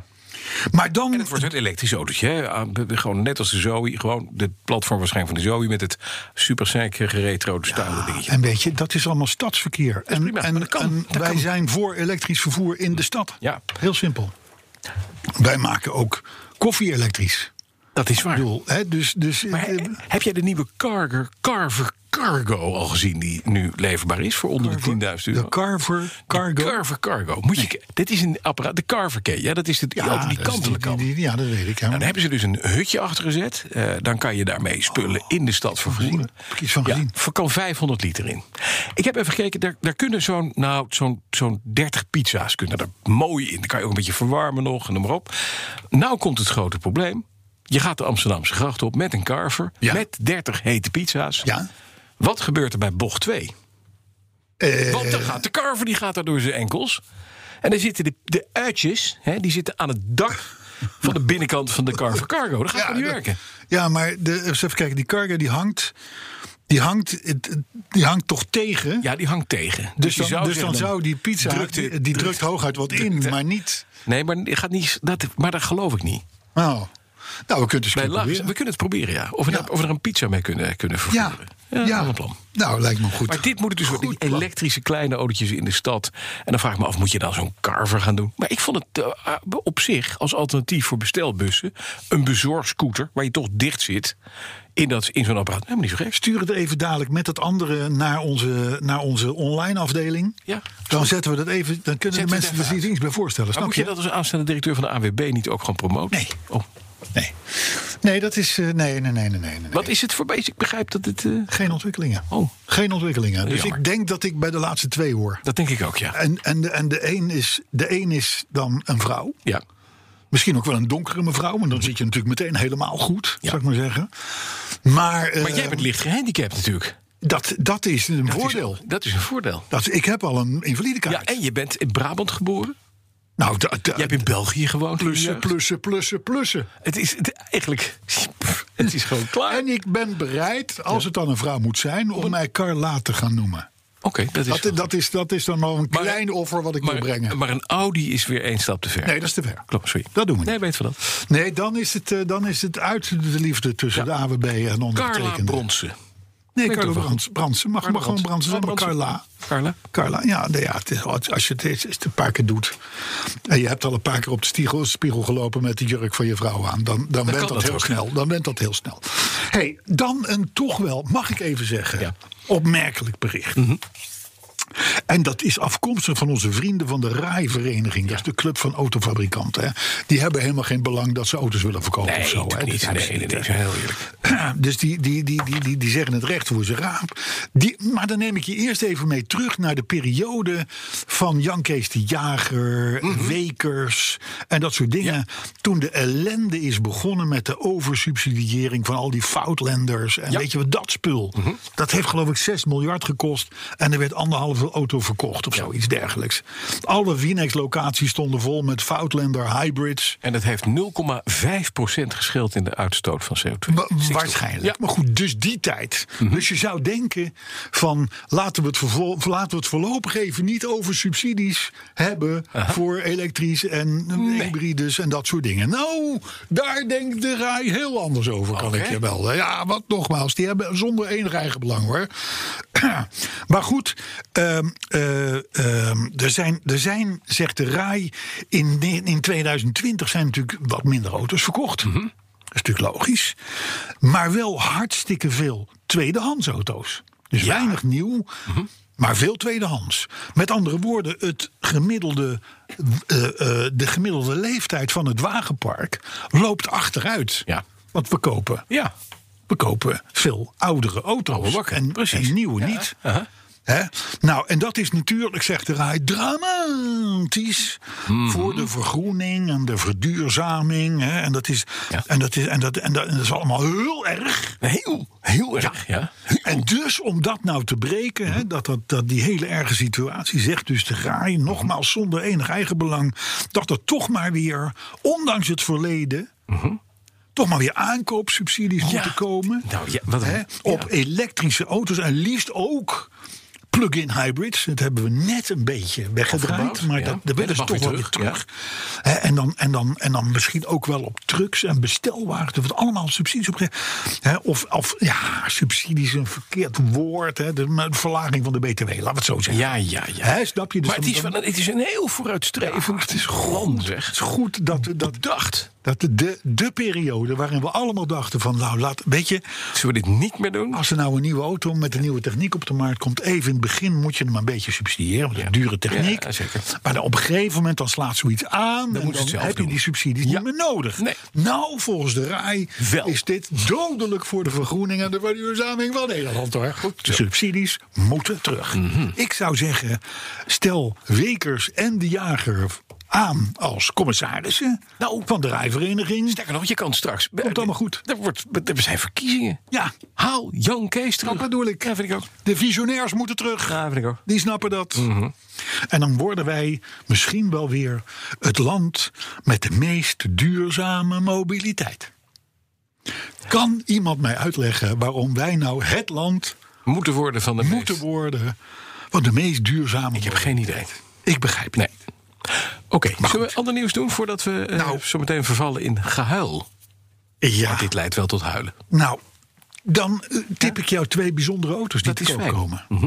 Maar dan... En het wordt het elektrisch autootje. Hè? Gewoon net als de Zoe. Gewoon de platform waarschijnlijk van de Zoe... met het super sec geretro stalen ja, dingetje. En weet je, dat is allemaal stadsverkeer. is En, prima, en, maar dat kan. en Dat wij kan. zijn voor elektrisch vervoer in de stad. Ja. Heel simpel. Wij maken ook koffie elektrisch. Dat is waar. Ik bedoel, hè, dus, dus, Maar eh, he- heb jij de nieuwe Carver, Carver Cargo al gezien... die nu leverbaar is voor onder de tienduizend euro? de Carver Cargo. De Carver Cargo. Moet je, dit is een apparaat, de Carver ken je. Ja, dat is het, die, altijd die dat is kantele die- kant. die- die- Ja, dat weet ik. Ja. Nou, dan hebben ze dus een hutje achter gezet. Uh, dan kan je daarmee spullen in de stad vervoeren. Heb ik iets van Ja, gezien? er kan vijfhonderd liter in. Ik heb even gekeken, daar, daar kunnen zo'n nou, zo'n zo'n dertig pizza's kunnen er mooi in. Dan kan je ook een beetje verwarmen nog en noem maar op. Nou komt het grote probleem. Je gaat de Amsterdamse gracht op met een Carver. Ja. Met dertig hete pizza's. Ja. Wat gebeurt er bij bocht twee? Eh, Want dan gaat de Carver die gaat daar door zijn enkels. En dan zitten de, de uitjes, hè, die zitten aan het dak van de binnenkant van de Carver Cargo. Dat gaat ja, gewoon niet dat- werken. Ja, maar de, eens even kijken, die Cargo die hangt... Die hangt, het- die hangt toch tegen? Ja, die hangt tegen. Dus, je dan, zou dus zeggen, dan zou die pizza, drukt die, het- die drukt hooguit wat in, drukt- maar niet... Nee, maar, het gaat niet, dat, maar dat geloof ik niet. Nou, nou we kunnen het eens Bij proberen. Lars, we kunnen het proberen, ja. Of we, Ja. daar- of we er een pizza mee kunnen, kunnen Ja, vervoeren. Ja, ja. dat is een plan. Nou, lijkt me goed. Maar dit moet dus worden, Goed die plan. elektrische kleine autootjes in de stad. En dan vraag ik me af, moet je dan zo'n Carver gaan doen? Maar ik vond het uh, op zich, als alternatief voor bestelbussen... een bezorgscooter, waar je toch dicht zit... in, dat, in zo'n apparaat. Helemaal niet zo gek. Stuur het even dadelijk met het andere naar onze, naar onze online afdeling. Ja. Dan zetten we dat even. Dan kunnen Zet de het mensen even er zich niets bij voorstellen. Maar Snap moet je dat als aanstaande directeur van de A W B niet ook gewoon promoten? Nee. Oh. Nee. Nee, dat is. uh, nee, nee, nee, nee, nee, nee. Wat is het voor beest? Ik begrijp dat het... Uh... Geen ontwikkelingen. Oh. Geen ontwikkelingen. Dus Jammer. ik denk dat ik bij de laatste twee hoor. Dat denk ik ook, ja. En, en, de, en de, een is, de een is dan een vrouw. Ja. Misschien ook wel een donkere mevrouw, maar dan zit je natuurlijk meteen helemaal goed, Ja. zou ik maar zeggen. Maar, Maar uh, jij bent licht gehandicapt natuurlijk. dat, dat is een Dat is- voordeel. dat is een voordeel. Dat, ik heb al een invalidekaart. Ja, en je bent in Brabant geboren. Nou, da, da, Je hebt in België gewoond. in de plussen, jeugd. plussen, plussen, plussen. Het is het, eigenlijk... Het is gewoon klaar. En ik ben bereid, als het dan een vrouw moet zijn, om mij Carla te gaan noemen. Oké, dat is... Dat, dat, is, dat is dan nog een Maar- klein offer wat ik wil maar, brengen. maar een Audi is weer één stap te ver. Nee, dat is te ver. Klopt, sorry. Dat doen we niet. Nee, weet van dat. Nee, dan is het, uh, dan is het uit de liefde tussen Ja. de A W B en ondergetekende. Carla Bronsen. Nee, Weet Carla toch wel. Brans, Bransen. Mag, Carla mag gewoon Bransen zijn, maar Bransen. Carla. Carla. Carla, ja, nee, ja het is, als je het eens eens een paar keer doet... en je hebt al een paar keer op de spiegel, spiegel gelopen... met de jurk van je vrouw aan, dan, dan, bent kan dat dat heel ook. snel. Dan bent dat heel snel. Hey, dan een toch wel, mag ik even zeggen... Ja. opmerkelijk bericht. Mhm. En dat is afkomstig van onze vrienden van de R A I-vereniging. Dat is de club van autofabrikanten. Hè. Die hebben helemaal geen belang dat ze auto's willen verkopen Nee, of zo. Hè. natuurlijk niet. Dat hebben Nee, ze nee, niet, nee, hè. heel eerlijk. Dus die, die, die, die, die, die zeggen het recht voor ze raap. Die, maar dan neem ik je eerst even mee terug naar de periode van Jan Kees de Jager, Mhm. Wekers en dat soort dingen. Ja. Toen de ellende is begonnen met de oversubsidiëring van al die foutlenders. En Ja. weet je wat, dat spul. Mhm. Dat heeft geloof ik zes miljard gekost. En er werd anderhalve auto verkocht of zoiets dergelijks. Alle Vinex-locaties stonden vol met foutlender hybrids. En dat heeft nul komma vijf procent gescheeld in de uitstoot van C O twee. Wa- waarschijnlijk. Ja. Maar goed, dus die tijd. Dus je zou denken van laten we het, vervol- laten we het voorlopig even niet over subsidies hebben voor elektrisch en Nee. hybrides en dat soort dingen. Nou, daar denkt de R A I heel anders over, kan Oké. ik je melden. Ja, wat nogmaals, die hebben zonder enig eigen belang hoor. Maar goed, ehm, eh, ehm, er, zijn, er zijn, zegt de R A I, in, in twintig twintig zijn natuurlijk wat minder auto's verkocht. Dat is natuurlijk logisch. Maar wel hartstikke veel tweedehands auto's. Dus Ja. weinig nieuw, maar veel tweedehands. Met andere woorden, het gemiddelde, eh, eh, de gemiddelde leeftijd van het wagenpark loopt achteruit. Ja. Want we kopen, Ja. we kopen veel oudere auto's. Oude bakken, en, precies. en nieuwe Ja. niet. Aha. Hè? Nou, en dat is natuurlijk, zegt de R A I, dramatisch Mhm. voor de vergroening en de verduurzaming. Hè? En, dat is, Ja. en, dat is, en, dat, en, dat, en dat is allemaal heel erg. Heel, heel erg, ja. En dus om dat nou te breken, hè, dat, dat, dat die hele erge situatie, zegt dus de R A I, nogmaals zonder enig eigenbelang, dat er toch maar weer, ondanks het verleden, toch maar weer aankoopsubsidies Ja. moeten komen. Nou, ja, wat een- Hè, op ja. elektrische auto's en liefst ook plug-in hybrids. Dat hebben we net een beetje weggedraaid. Afgebouwd, Maar ja. dat, dat willen ze mag toch weer wel weer terug, terug. Hè, en, dan, en, dan, en dan misschien ook wel op trucks en bestelwagens. Er wordt allemaal subsidies op. Hè, of, of ja, subsidies is een verkeerd woord. Hè, de, de verlaging van de B T W, laten we het zo zeggen. Ja, ja, ja. Hè, snap je? Dus maar het dan- is, wel een, het is een heel vooruitstrevend het is land, goed. zeg. Het is goed dat, dat, Dacht. dat de, de, de periode waarin we allemaal dachten van... nou, laat, weet je, Zullen we dit niet meer doen? als er nou een nieuwe auto met een nieuwe techniek op de markt komt... even in het begin moet je hem een beetje subsidiëren. Want het is Ja. dure techniek. Ja, zeker. Maar dan op een gegeven moment dan slaat zoiets aan... en moet je dan het zelf heb je doen. die subsidies Ja. niet meer nodig. Nee. Nou, volgens de R A I Wel. is dit dodelijk voor de vergroening... en de verduurzaming van Nederland, hoor. Goed De zo. subsidies moeten terug. Mhm. Ik zou zeggen, stel Wekers en de Jager... aan als commissarissen Nou, van de rijvereniging. Sterker nog, je kan straks... Komt allemaal goed. Er, wordt, er zijn verkiezingen. Ja, Haal Jan Kees terug. dat bedoel ik. Ja, vind ik ook. De visionairs moeten terug. Ja, vind ik ook. Die snappen dat. Mhm. En dan worden wij misschien wel weer het land met de meest duurzame mobiliteit. Kan iemand mij uitleggen waarom wij nou het land Moeten worden van de moeten meest- worden van de meest duurzame Ik heb geen idee. Ik begrijp het. Nee. Oké, Maar zullen goed. we ander nieuws doen voordat we eh, Nou. zo meteen vervallen in gehuil? Ja, Want dit leidt wel tot huilen. nou, dan eh, tip ik jou twee bijzondere auto's die Dat te is koop fijn. komen. Mhm.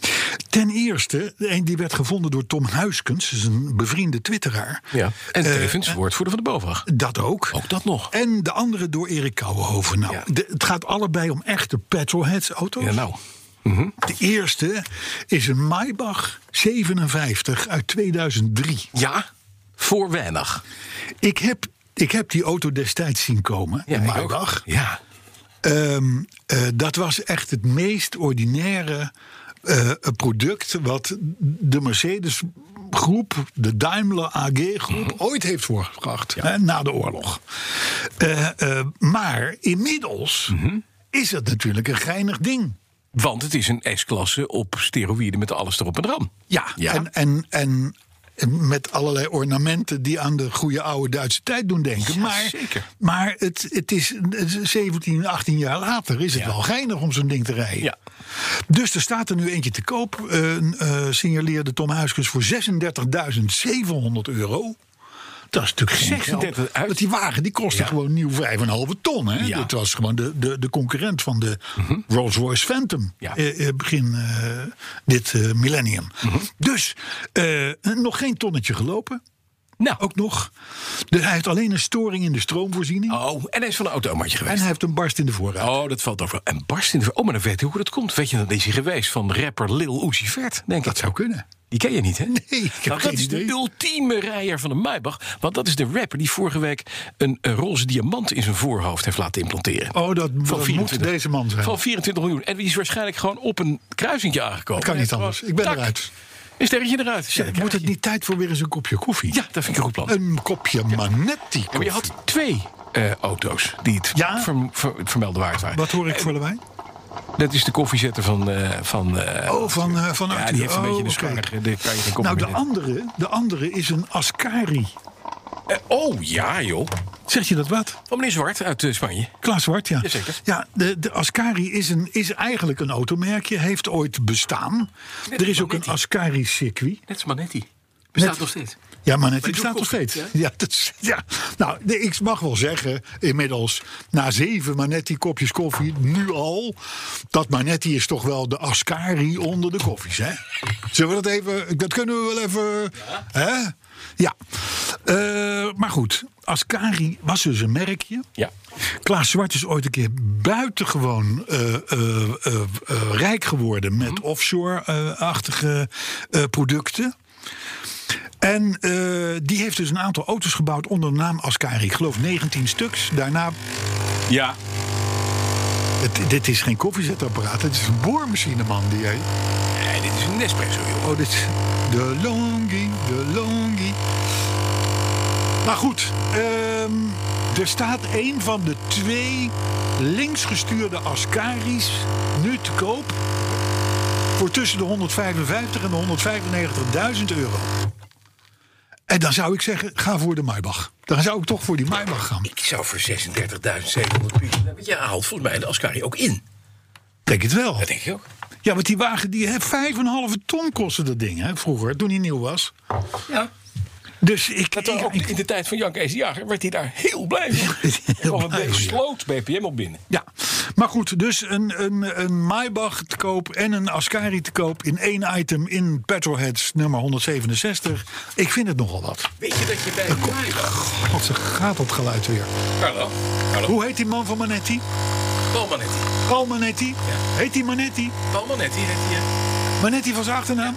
Ten eerste, de een die werd gevonden door Tom Huiskens, dat is een bevriende twitteraar. Ja. En Eh, tevens woordvoerder van de BOVAG. Dat ook. Ook dat nog. En de andere door Erik Kouwenhoven. Nou, Ja. de- het gaat allebei om echte petrolheads auto's. Ja, nou. De eerste is een Maybach zevenenvijftig uit tweeduizend drie. Ja, voor weinig. Ik heb, ik heb die auto destijds zien komen, Ja, de ik ook. Maybach. Ja. Ehm, eh, dat was echt het meest ordinaire eh, product wat de Mercedes groep, de Daimler A G groep, ooit heeft voorgebracht. Hè, na de oorlog. Eh, eh, maar inmiddels is het natuurlijk een geinig ding. Want het is een S-klasse op steroïden met alles erop en eraan. Ja, Ja. En, en, en en met allerlei ornamenten die aan de goede oude Duitse tijd doen denken. Ja, maar zeker. maar het, het is zeventien, achttien jaar later is het Ja. wel geinig om zo'n ding te rijden. Ja. Dus er staat er nu eentje te koop, uh, uh, signaleerde Tom Huiskens voor zesendertigduizend zevenhonderd euro. Dat is natuurlijk geen zesendertig geld. uit- Want die wagen die kostte Ja. gewoon nieuw vijf komma vijf ton. Hè? Ja. Dit was gewoon de, de, de concurrent van de Rolls-Royce Phantom. Ja. eh, eh, begin eh, dit eh, millennium. Dus eh, nog geen tonnetje gelopen. Nou, Ook nog. De, hij heeft alleen een storing in de stroomvoorziening. oh, en hij is van een automatje En geweest. hij heeft een barst in de voorruit. Oh, dat valt over. En barst in de... Oh, maar dan weet je hoe dat komt. Weet je, dan is hij geweest van rapper Lil Uzi Vert, denk Dat ik. zou kunnen. Die ken je niet, hè? Nee, ik heb Nou, geen dat is idee. de ultieme rijder van de Maybach. Want dat is de rapper die vorige week een, een roze diamant in zijn voorhoofd heeft laten implanteren. Oh, dat, dat moet vierentwintig deze man zijn. Van vierentwintig miljoen. En die is waarschijnlijk gewoon op een kruisingje aangekomen. Het kan niet En anders. gewoon, Ik ben tak, eruit. Een sterretje eruit. Ja, Zeg, dan moet krijg het je- niet tijd voor weer eens een kopje koffie? Ja, dat vind ik een goed plan. Een kopje Manetti Ja, maar je had twee eh, auto's die het Ja? verm- ver- het vermelde waard waren. Wat hoor ik voor de wijn? Dat is de koffiezetter van... eh, van eh, Oh, van, uh, van ja, Arthur. die heeft een Oh, beetje een oké. schaar. Daar kan je geen koffie Nou, de meer in. andere, de andere is een Ascari. Eh, oh, ja, joh. Zeg je dat wat? Van meneer Zwart uit eh, Spanje. Klaas Zwart, ja. Jazeker. Ja, de, de Ascari is, een, is eigenlijk een automerkje. Heeft ooit bestaan. Net er is ook een Manetti. Ascari circuit. Net als Manetti. Bestaat Net- nog steeds. Ja, maar net Maar die doe bestaat nog koffie, steeds. hè? Ja, dat is, ja. Nou, de, ik mag wel zeggen, inmiddels na zeven Manetti kopjes koffie, nu al, dat Manetti is toch wel de Ascari onder de koffies, hè? Zullen we dat even, dat kunnen we wel even, hè? Ja. Uh, maar goed, Ascari was dus een merkje. Ja. Klaas Zwart is ooit een keer buitengewoon uh, uh, uh, uh, rijk geworden met Mhm. offshore-achtige uh, producten. En uh, die heeft dus een aantal auto's gebouwd onder de naam Ascari. Ik geloof negentien stuks. Daarna... Ja. Het, dit is geen koffiezetapparaat. Het is een boormachine, man. Die, hè? Nee, dit is een Nespresso, joh. Oh, dit is de Longi, de Longi. Maar goed, um, er staat een van de twee linksgestuurde Ascaris nu te koop voor tussen de honderdvijfenvijftig en de honderdvijfennegentigduizend euro. En dan zou ik zeggen, ga voor de Maybach. Dan zou ik toch voor die Maybach gaan. Ik zou voor zesendertigduizend zevenhonderd piek... Want je haalt volgens mij de Ascari ook in. Denk het wel. Dat denk ik ook. Ja, want die wagen, die vijf komma vijf ton kostte dat ding, hè, vroeger, toen hij nieuw was. Ja. Dus ik... Dat ook ik, in de tijd van Jan Kees de Jager werd hij daar heel blij van. heel Want blij een van, ja. sloot B P M op binnen. Ja, maar goed, dus een, een, een Maybach te koop en een Ascari te koop in één item in Petrolheads nummer honderdzevenenzestig. Ik vind het nogal wat. Weet je dat je bij Maybach... God, ze gaat dat geluid weer. Carlo, Carlo. Hoe heet die man van Manetti? Paul Manetti. Paul Manetti? Heet die Manetti? Paul Manetti heet hij. Manetti van zijn achternaam?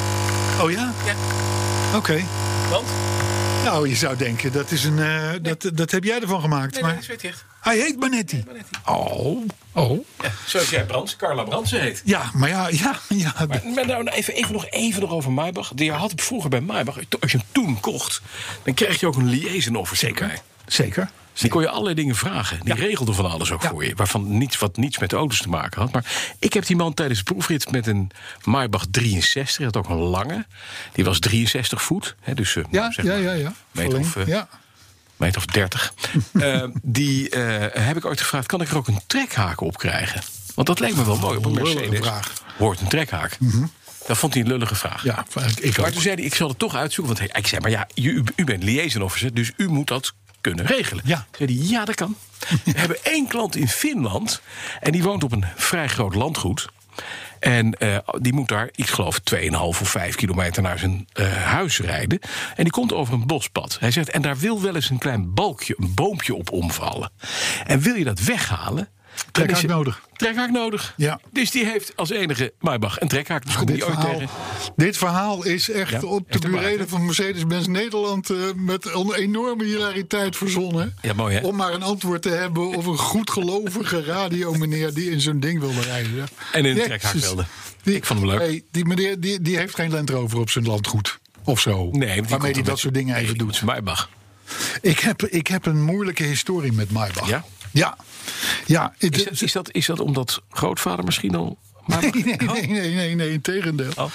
Oh ja? Ja. Oké. Okay. Want? Nou, je zou denken, dat, is een, uh, nee. dat, dat heb jij ervan gemaakt. Nee, maar nee, dat weet je echt. Hij heet Manetti. Nee, Manetti. Oh, oh. Ja, zoals jij Brands, Carla Brandsen heet. Ja, maar ja, ja, ja. Maar, maar nou, even, even, nog, even nog over Maybach. Je had vroeger bij Maybach, als je hem toen kocht, dan kreeg je ook een liaison officer. Zeker, zeker. Die kon je allerlei dingen vragen. Die ja. regelde van alles ook ja. voor je. Waarvan niets, wat niets met auto's te maken had. Maar ik heb die man tijdens de proefrit met een Maybach drieënzestig. Die had ook een lange. Die was drieënzestig voet. Hè, dus uh, ja, zeg ja, maar, ja, ja. meter of, uh, ja. meter of dertig. uh, die uh, heb ik ooit gevraagd, kan ik er ook een trekhaak op krijgen? Want dat leek me wel mooi op een Mercedes. Vraag. Hoort een trekhaak. Mm-hmm. Dat vond hij een lullige vraag. Ja, ik maar toen zei hij, ik zal het toch uitzoeken. Want ik zei, maar ja, u, u bent liaison officer, dus u moet dat kunnen regelen. Ja. Zei hij, ja, dat kan. We hebben één klant in Finland. En die woont op een vrij groot landgoed. En uh, die moet daar, ik geloof, twee komma vijf of vijf kilometer naar zijn uh, huis rijden. En die komt over een bospad. Hij zegt, en daar wil wel eens een klein balkje, een boompje op omvallen. En wil je dat weghalen? Trekhaak nodig. Trekhaak nodig. Ja. Dus die heeft als enige Maybach een trekhaak. Dus dit, die verhaal, ooit tegen. dit verhaal is echt ja, op de burelen van Mercedes-Benz Nederland uh, met een enorme hilariteit verzonnen. Ja, mooi, hè? Om maar een antwoord te hebben op een goedgelovige radiomeneer die in zo'n ding wilde rijden. Ja. En in een trekhaak wilde. Die, Ik vond hem leuk. Hey, die meneer die, die heeft geen Land Rover op zijn landgoed. Of zo. Nee, waarmee hij dat soort dingen nee, even doet. Maybach. Ik heb, ik heb een moeilijke historie met Maybach. Ja? Ja. ja het, is, dat, is, dat, is dat omdat grootvader misschien al... Nee, nee, nee, nee, nee, nee, integendeel. Oh.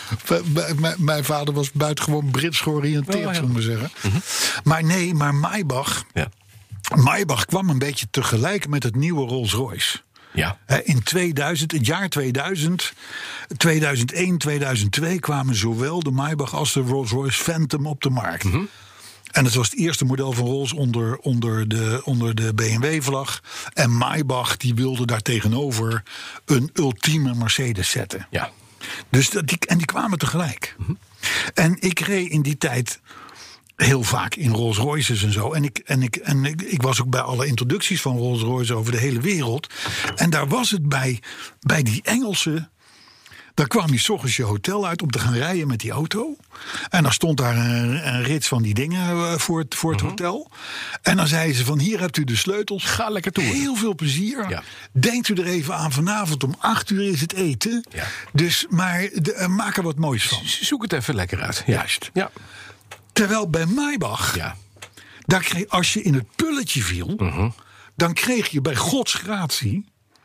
M- mijn vader was buitengewoon Brits georiënteerd, oh, ja. zullen we zeggen. Mm-hmm. Maar nee, maar Maybach... Ja. Maybach kwam een beetje tegelijk met het nieuwe Rolls-Royce. Ja. In tweeduizend, het jaar tweeduizend, tweeduizend één, tweeduizend twee kwamen zowel de Maybach als de Rolls-Royce Phantom op de markt. Mm-hmm. En het was het eerste model van Rolls onder, onder de, onder de B M W-vlag. En Maybach die wilde daar tegenover een ultieme Mercedes zetten. Ja. Dus dat, die, en die kwamen tegelijk. Mm-hmm. En ik reed in die tijd heel vaak in Rolls-Royces en zo. En, ik, en, ik, en ik, ik was ook bij alle introducties van Rolls-Royce over de hele wereld. En daar was het bij, bij die Engelse... Daar kwam je 's ochtends je hotel uit om te gaan rijden met die auto. En dan stond daar een, een rits van die dingen voor het, voor het uh-huh. hotel. En dan zeiden ze van, hier hebt u de sleutels. Ga lekker toe. Heel veel plezier. Ja. Denkt u er even aan, vanavond om acht uur is het eten. Ja. Dus, maar de, uh, maak er wat moois van. Zoek het even lekker uit. Ja. Juist. Ja. Terwijl bij Maybach, ja. daar kreeg, als je in het pulletje viel... Uh-huh. dan kreeg je bij Gods gratie...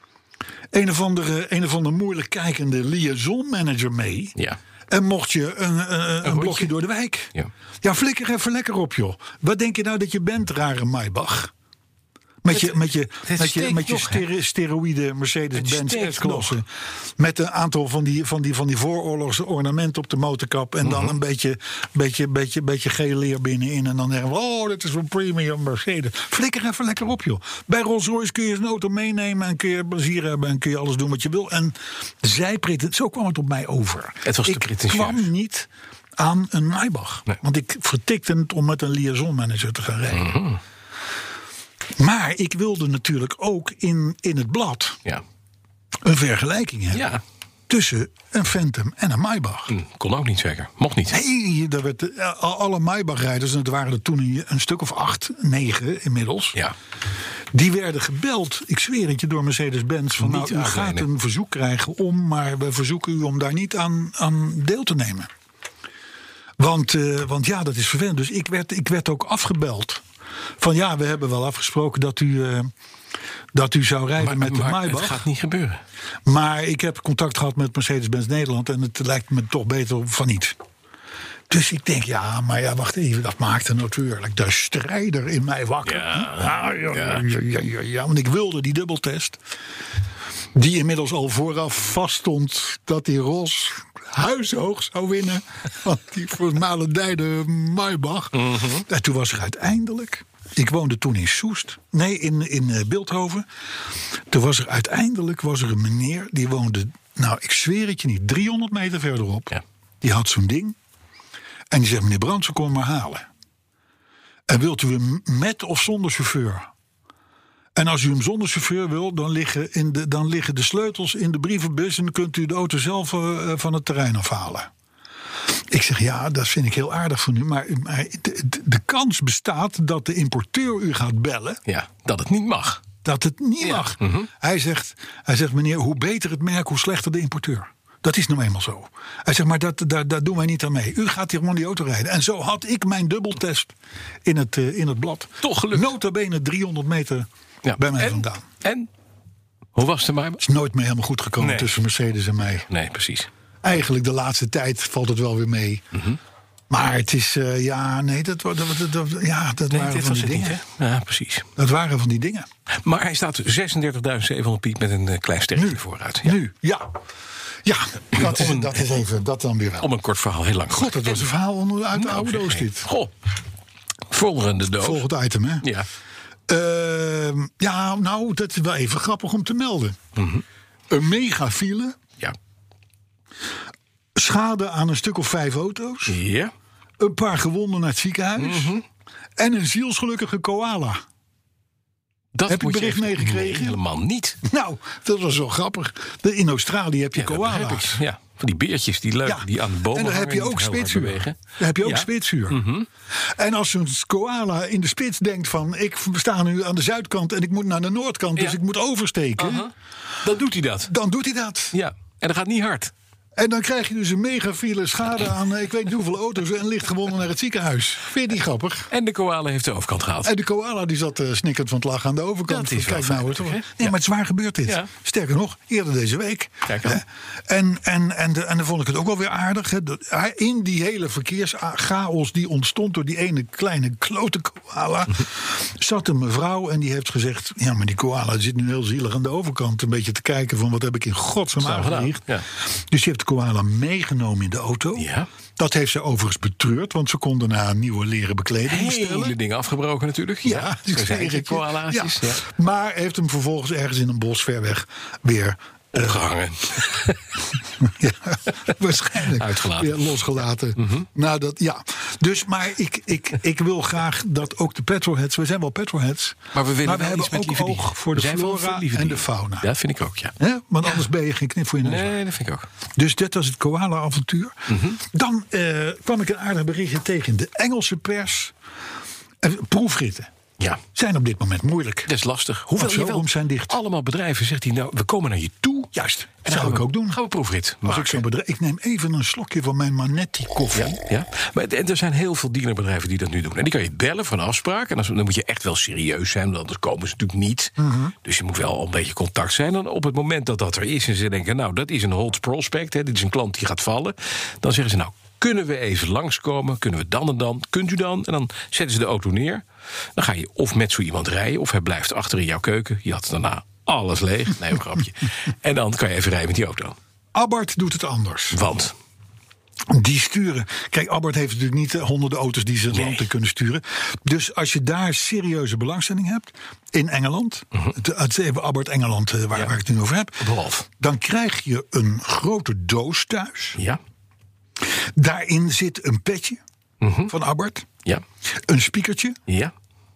Een of andere, een of andere moeilijk kijkende liaison manager mee. Ja. En mocht je een, een, een blokje door de wijk. Ja. ja, flikker even lekker op, joh. Wat denk je nou dat je bent, rare Maybach? Met je, met je, met je, met je stere, steroïde Mercedes-Benz S-klasse. Met een aantal van die, van die, van die vooroorlogse ornamenten op de motorkap. En dan uh-huh. een beetje, beetje, beetje, beetje geel leer binnenin. En dan zeggen we, oh, dit is een premium Mercedes. Flikker even lekker op, joh. Bij Rolls-Royce kun je een auto meenemen. En kun je plezier hebben. En kun je alles doen wat je wil. En zij pretend, zo kwam het op mij over. Het was te pretentieus. Ik kwam niet aan een Maybach. Nee. Want ik vertikte het om met een liaison manager te gaan rijden. Uh-huh. Maar ik wilde natuurlijk ook in, in het blad ja. een vergelijking hebben ja. tussen een Phantom en een Maybach. Mm, kon ook niet zeker. Mocht niet. Nee, daar werd, alle Maybach-rijders, en het waren er toen een, een stuk of acht, negen inmiddels. Ja. Die werden gebeld, ik zweer het je, door Mercedes-Benz. Van nou, u gaat een verzoek krijgen om, maar we verzoeken u om daar niet aan, aan deel te nemen. Want, uh, want ja, dat is vervelend. Dus ik werd, ik werd ook afgebeld. Van ja, we hebben wel afgesproken dat u, uh, dat u zou rijden maar, met maar de Maybach. Het gaat niet gebeuren. Maar ik heb contact gehad met Mercedes-Benz Nederland. En het lijkt me toch beter van niet. Dus ik denk, ja, maar ja, wacht even. Dat maakte natuurlijk de strijder in mij wakker. Ja, ja, ja, ja, ja, ja, ja, ja want ik wilde die dubbeltest. Die inmiddels al vooraf vaststond dat die Ros huishoog zou winnen van die vermalendijde Maybach. Mm-hmm. En toen was er uiteindelijk... Ik woonde toen in Soest. Nee, in, in uh, Bilthoven. Toen was er uiteindelijk was er een meneer... die woonde, nou, ik zweer het je niet, driehonderd meter verderop. Ja. Die had zo'n ding. En die zegt, meneer Brandsen, kom maar halen. En wilt u hem met of zonder chauffeur? En als u hem zonder chauffeur wil, dan liggen, in de, dan liggen de sleutels in de brievenbus... en dan kunt u de auto zelf uh, van het terrein afhalen. Ik zeg, ja, dat vind ik heel aardig van u. Maar, maar de, de, de kans bestaat dat de importeur u gaat bellen. Ja, dat het niet mag. Dat het niet ja. mag. Mm-hmm. Hij zegt, hij zegt, meneer, hoe beter het merk, hoe slechter de importeur. Dat is nou eenmaal zo. Hij zegt, maar dat, daar, daar doen wij niet aan mee. U gaat hier gewoon die auto rijden. En zo had ik mijn dubbeltest in het, uh, in het blad. Toch gelukt. Nota bene driehonderd meter ja. bij mij en, vandaan. En? Hoe was het maar? Het is nooit meer helemaal goed gekomen nee. tussen Mercedes en mij. Nee, precies. Eigenlijk de laatste tijd valt het wel weer mee. Mm-hmm. Maar het is, uh, ja, nee, dat, dat, dat, dat, ja, dat nee, waren van die dingen. Niet, ja, precies. Dat waren van die dingen. Maar hij staat zesendertigduizend zevenhonderd piek met een uh, klein sterretje nu, vooruit. Ja. Nu, ja. Ja, dat is, dat is even, dat dan weer wel. Om een kort verhaal, heel lang. God, dat was een verhaal onder, uit de nou, oude doos dit. Goh, volgende doos. Volgend item, hè? Ja. Uh, ja, nou, dat is wel even grappig om te melden. Mm-hmm. Een megafile. Ja. Schade aan een stuk of vijf auto's. Ja. Een paar gewonden naar het ziekenhuis. Mm-hmm. En een zielsgelukkige koala. Dat heb je bericht meegekregen? Nee, helemaal niet. Nou, dat was wel grappig. In Australië heb je ja, koala's. Ja, van die beertjes die leuk, ja. die aan de bomen en daar hangen. Heb je ook spitsuur. Daar heb je ook ja. spitsuur. Mm-hmm. En als een koala in de spits denkt van... ik sta nu aan de zuidkant en ik moet naar de noordkant... ja. dus ik moet oversteken. Uh-huh. Dan doet hij dat. Dan doet hij dat. Ja, en dat gaat niet hard. En dan krijg je dus een megafile schade aan, ik weet niet hoeveel auto's... en ligt gewonnen naar het ziekenhuis. Vind je die grappig? En de koala heeft de overkant gehaald. En de koala die zat uh, snikkend van het lachen aan de overkant. Dat is Kijk wel nou fijn, eens. Nee, ja. maar het is waar gebeurd dit. Ja. Sterker nog, eerder deze week. Kijk aan. En, en, en, de, en dan vond ik het ook wel weer aardig. Hè. In die hele verkeerschaos die ontstond... door die ene kleine klote koala... zat een mevrouw en die heeft gezegd... ja, maar die koala zit nu heel zielig aan de overkant... een beetje te kijken van wat heb ik in godsnaam aangericht. Ja. Dus die heeft de koala meegenomen in de auto. Ja. Dat heeft ze overigens betreurd, want ze konden na een nieuwe leren bekleding bestellen. Hele dingen afgebroken natuurlijk. Ja, ja die zijn koalaatjes. Ja. Ja. Maar heeft hem vervolgens ergens in een bos ver weg weer... opgehangen. Uh, ja, waarschijnlijk. Uitgelaten. Ja, losgelaten. Mm-hmm. Nou, dat, ja. Dus, maar ik, ik, ik wil graag dat ook de petrolheads... we zijn wel petrolheads... maar we, maar we hebben ook oog voor de flora en de fauna. Dat vind ik ook, ja. He? Want ja. anders ben je geen knip voor je neus. Nee, dat vind ik ook. Dus dit was het koala-avontuur. Mm-hmm. Dan uh, kwam ik een aardig berichtje tegen in de Engelse pers. Uh, proefritten. Ja. Zijn op dit moment moeilijk. Dat is lastig. Hoeveel showrooms zijn dicht? Allemaal bedrijven zegt hij nou, we komen naar je toe. Juist. En dat zou ik ook doen. Gaan we proefrit Als ik, zo'n bedrijf, ik neem even een slokje van mijn Manetti koffie. Ja, ja. Maar en er zijn heel veel dealerbedrijven die dat nu doen. En die kan je bellen voor een afspraak. En dan moet je echt wel serieus zijn, want anders komen ze natuurlijk niet. Mm-hmm. Dus je moet wel een beetje contact zijn. En op het moment dat dat er is en ze denken, nou, dat is een hot prospect. Hè, dit is een klant die gaat vallen. Dan zeggen ze, nou, kunnen we even langskomen? Kunnen we dan en dan? Kunt u dan? En dan zetten ze de auto neer. Dan ga je of met zo iemand rijden, of hij blijft achter in jouw keuken. Je had daarna alles leeg. Nee, een grapje. En dan kan je even rijden met die auto. Abarth doet het anders. Want? Die sturen. Kijk, Abarth heeft natuurlijk niet honderden auto's die ze het land in kunnen sturen. Dus als je daar serieuze belangstelling hebt, in Engeland, uh-huh. het is even Abarth Engeland waar, ja. waar ik het nu over heb. Behalve. Dan krijg je een grote doos thuis. Ja. Daarin zit een petje uh-huh. van Abarth. Ja. Een speakertje. Ja.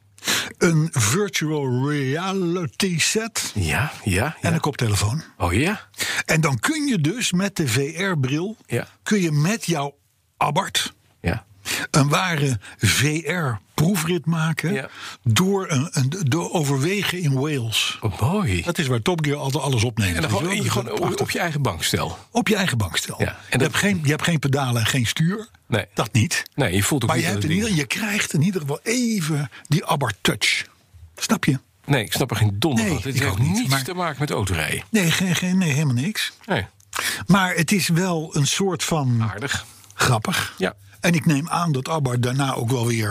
Een virtual reality set. Ja, ja, ja. En een koptelefoon. Oh ja. En dan kun je dus met de V R-bril... Ja. kun je met jouw Abarth... Ja. een ware V R-proefrit maken... Ja. Door, een, een, door overwegen in Wales. Oh, mooi. Dat is waar Top Gear altijd alles opneemt. En dan gewoon, je gewoon op, op je eigen bankstel. Op je eigen bankstel. Ja. En je, dat... hebt geen, je hebt geen pedalen en geen stuur. Nee. Dat niet. Nee, je voelt ook maar niet je, hebt in ieder, je krijgt in ieder geval even die Abarth touch. Snap je? Nee, ik snap er geen donder van. Nee, Het heeft niet, niets maar... te maken met autorijden. Nee, geen, geen, nee, helemaal niks. Nee. Maar het is wel een soort van... Aardig. Grappig. Ja. En ik neem aan dat Abarth daarna ook wel weer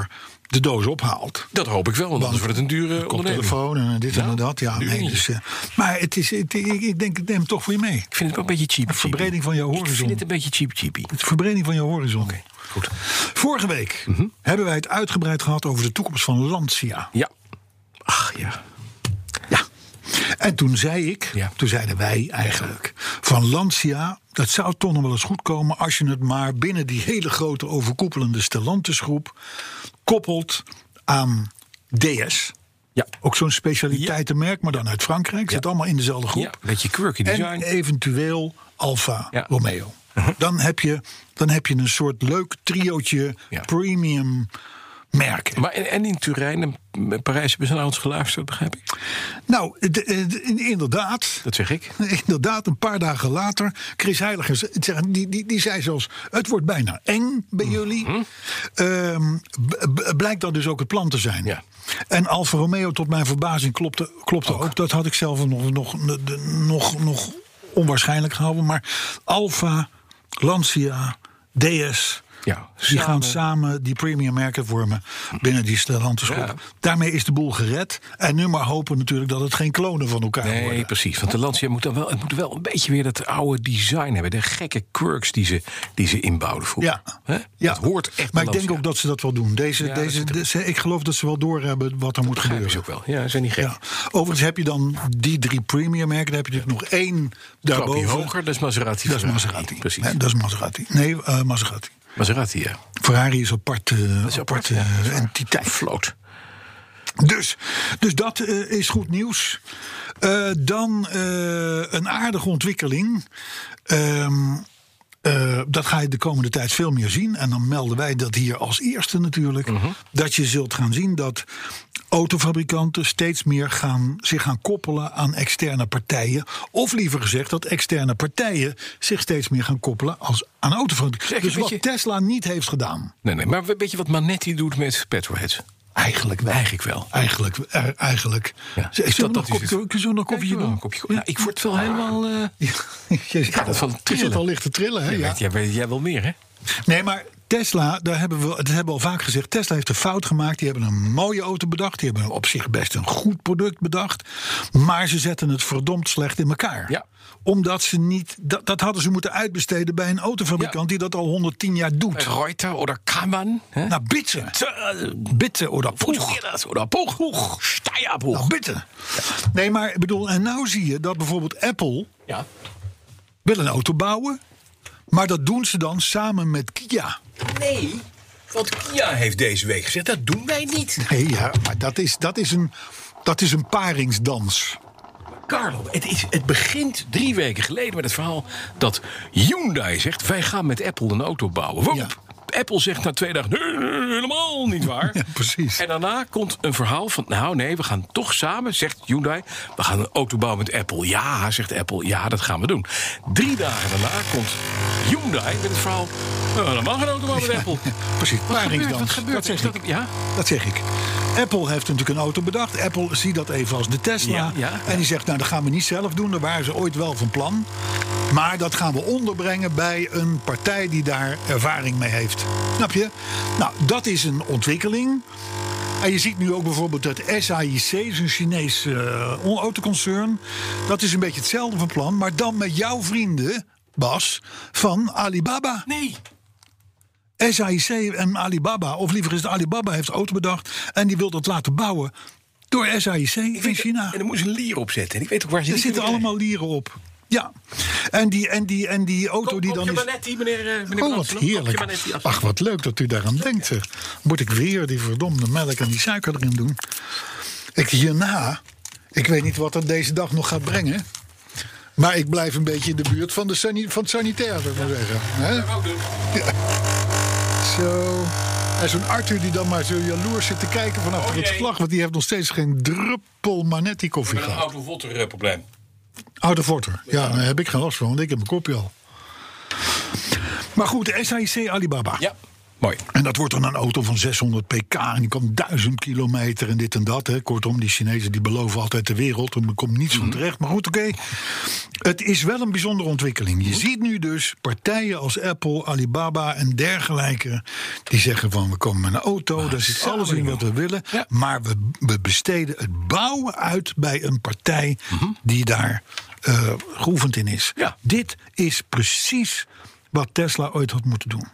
de doos ophaalt. Dat hoop ik wel, want anders wordt het een dure onderneming. Koptelefoon en dit Nou, en dat. Ja, duur nee, niet. dus, uh, maar het is, het, ik, ik denk, ik neem het toch voor je mee. Ik vind het wel een beetje cheap. Een verbreding van jouw Ik horizon. vind het een beetje cheap cheapy. Het verbreding van jouw horizon. Oké, goed. Vorige week Mm-hmm. hebben wij het uitgebreid gehad over de toekomst van Lancia. Ja. Ach ja. Ja. En toen zei ik, Ja. toen zeiden wij eigenlijk, van Lancia, dat zou toch nog wel eens goed komen als je het maar binnen die hele grote overkoepelende Stellantis-groep koppelt aan D S. Ja. Ook zo'n specialiteitenmerk, maar dan uit Frankrijk. Zit allemaal in dezelfde groep. Ja, een beetje quirky design. En eventueel Alfa Ja. Romeo. Dan, heb je, dan heb je een soort leuk triootje Ja. premium merken. Maar en, en in Turijn en Parijs hebben ze naar ons geluisterd, begrijp ik? Nou, de, de, inderdaad. Dat zeg ik. Inderdaad, een paar dagen later. Chris Heiligers, die, die, die zei zelfs, het wordt bijna eng bij jullie. Mm-hmm. Ehm, b- b- blijkt dat dus ook het plan te zijn. Ja. En Alfa Romeo, tot mijn verbazing, klopte, klopte ook. Dat had ik zelf nog, nog, nog, nog onwaarschijnlijk gehouden. Maar Alfa, Lancia, D S... Ja, Die gaan samen die premium merken vormen binnen die Stellantis groep. Ja. Daarmee is de boel gered. En nu maar hopen natuurlijk dat het geen klonen van elkaar Nee, worden. precies. Want de Lancia moet dan wel, het moet wel een beetje weer dat oude design hebben. De gekke quirks die ze, die ze inbouwden vroeger. Ja. Hè? Ja. Dat hoort echt Maar bij ik denk Lancia. ook dat ze dat wel doen. Deze, Ja, dat deze, zit er- deze, ik geloof dat ze wel doorhebben wat er moet Begrijpen gebeuren. ze ook wel. Ja, ze zijn niet gek. Ja. Overigens heb je dan die drie premium merken. Dan heb je natuurlijk nog één Trapje daarboven. hoger, dat is Maserati. Dat is Maserati. Precies. Nee, dat is Maserati. Nee, uh, Maserati. Maserati, ja. Ferrari is apart, uh, is apart, aparte ja, dat is waar. entiteit. Float. Dus, dus dat uh, is goed nieuws. Uh, dan uh, een aardige ontwikkeling. Um, uh, dat ga je de komende tijd veel meer zien. En dan melden wij dat hier als eerste natuurlijk. Mm-hmm. Dat je zult gaan zien dat autofabrikanten steeds meer gaan, zich gaan koppelen aan externe partijen. Of liever gezegd dat externe partijen zich steeds meer gaan koppelen als aan autofabrikanten. Zeg, Dus weet wat je- Tesla niet heeft gedaan. Nee, nee, maar weet je wat Manetti doet met petrolheads? Eigenlijk wel. Eigenlijk wel. Eigenlijk, er, eigenlijk. Ja, Zullen we dat- nog dat is een kopje, zullen we nog een Ja, kopje ik wil doen? een kopje koffie. Nou, ik word wel helemaal... eh, Ja, je ga dat van je trillen. zit al licht te trillen, hè? jij, Ja. weet, jij, weet, jij wil meer, hè? Nee, maar Tesla, daar hebben we, dat hebben we al vaak gezegd. Tesla heeft een fout gemaakt. Die hebben een mooie auto bedacht. Die hebben op zich best een goed product bedacht. Maar ze zetten het verdomd slecht in elkaar. Ja. Omdat ze niet... Dat, dat hadden ze moeten uitbesteden bij een autofabrikant Ja. die dat al honderdtien jaar doet. Reuter oder Kammern. Hè? Nou, bitte. Äh, Bitte oder Puch. Funktioniert oder Puch, Puch, Steierpuch. Nou, bitte. Nee, maar ik bedoel, en nou zie je dat bijvoorbeeld Apple Ja. wil een auto bouwen. Maar dat doen ze dan samen met Kia. Nee, want Kia heeft deze week gezegd, dat doen wij niet. Nee, ja, maar dat is, dat is, een, dat is een paringsdans. Carlo, het, is, het begint drie weken geleden met het verhaal dat Hyundai zegt, wij gaan met Apple een auto bouwen. Waarop Apple zegt na twee dagen, nee, nee, helemaal niet waar. Ja, precies. En daarna komt een verhaal van, nou nee, we gaan toch samen, zegt Hyundai, we gaan een auto bouwen met Apple. Ja, zegt Apple, ja, dat gaan we doen. Drie dagen daarna komt Hyundai met het verhaal, nou, dan mag een auto bouwen met Apple. Precies, Wat gebeurt, paringsdans. wat gebeurt? Dat zeg Is dat- ik. Ja? Dat zeg ik. Apple heeft natuurlijk een auto bedacht. Apple ziet dat even als de Tesla. Ja, ja, ja. En die zegt, nou, dat gaan we niet zelf doen. Daar waren ze ooit wel van plan. Maar dat gaan we onderbrengen bij een partij die daar ervaring mee heeft. Snap je? Nou, dat is een ontwikkeling. En je ziet nu ook bijvoorbeeld dat S A I C, is een Chinees uh, autoconcern. Dat is een beetje hetzelfde van plan. Maar dan met jouw vrienden, Bas, van Alibaba. Nee. S A I C en Alibaba, of liever is het Alibaba, heeft auto bedacht. En die wil dat laten bouwen door S A I C in China. En dan moet je een lier opzetten. En ik weet ook waar ze Er die zitten kunnen allemaal lieren op. Ja. En die, en die, en die auto krijgen. die dan Kopje is... Manetti, meneer, eh, meneer Oh, wat Brandsen. Kopje heerlijk. Manetti, alsjeblieft. Ach, wat leuk dat u daaraan denkt, zeg. Moet ik weer die verdomde melk en die suiker erin doen? Ik hierna, ik weet niet wat er deze dag nog gaat brengen. Maar ik blijf een beetje in de buurt van, de sani- van het sanitair, zou ik maar zeggen. Hè? Ja. Zo. En zo'n Arthur die dan maar zo jaloers zit te kijken vanaf Oh, het jee. slag. Want die heeft nog steeds geen druppel Manetti koffie Met een gehad. auto-votter-probleem. Oude Vorter. Ja, daar heb ik geen last van, want ik heb mijn kopje al. Maar goed, S A I C Alibaba. Ja. Mooi. En dat wordt dan een auto van zeshonderd pk en die kan duizend kilometer en dit en dat. Hè. Kortom, die Chinezen die beloven altijd de wereld en er komt niets van terecht. Maar goed, oké. Okay. Het is wel een bijzondere ontwikkeling. Je ziet nu dus partijen als Apple, Alibaba en dergelijke die zeggen van we komen met een auto, ah, daar zit alles in wat we willen. Ja. Maar we, we besteden het bouwen uit bij een partij mm-hmm. die daar uh, geoefend in is. Ja. Dit is precies wat Tesla ooit had moeten doen.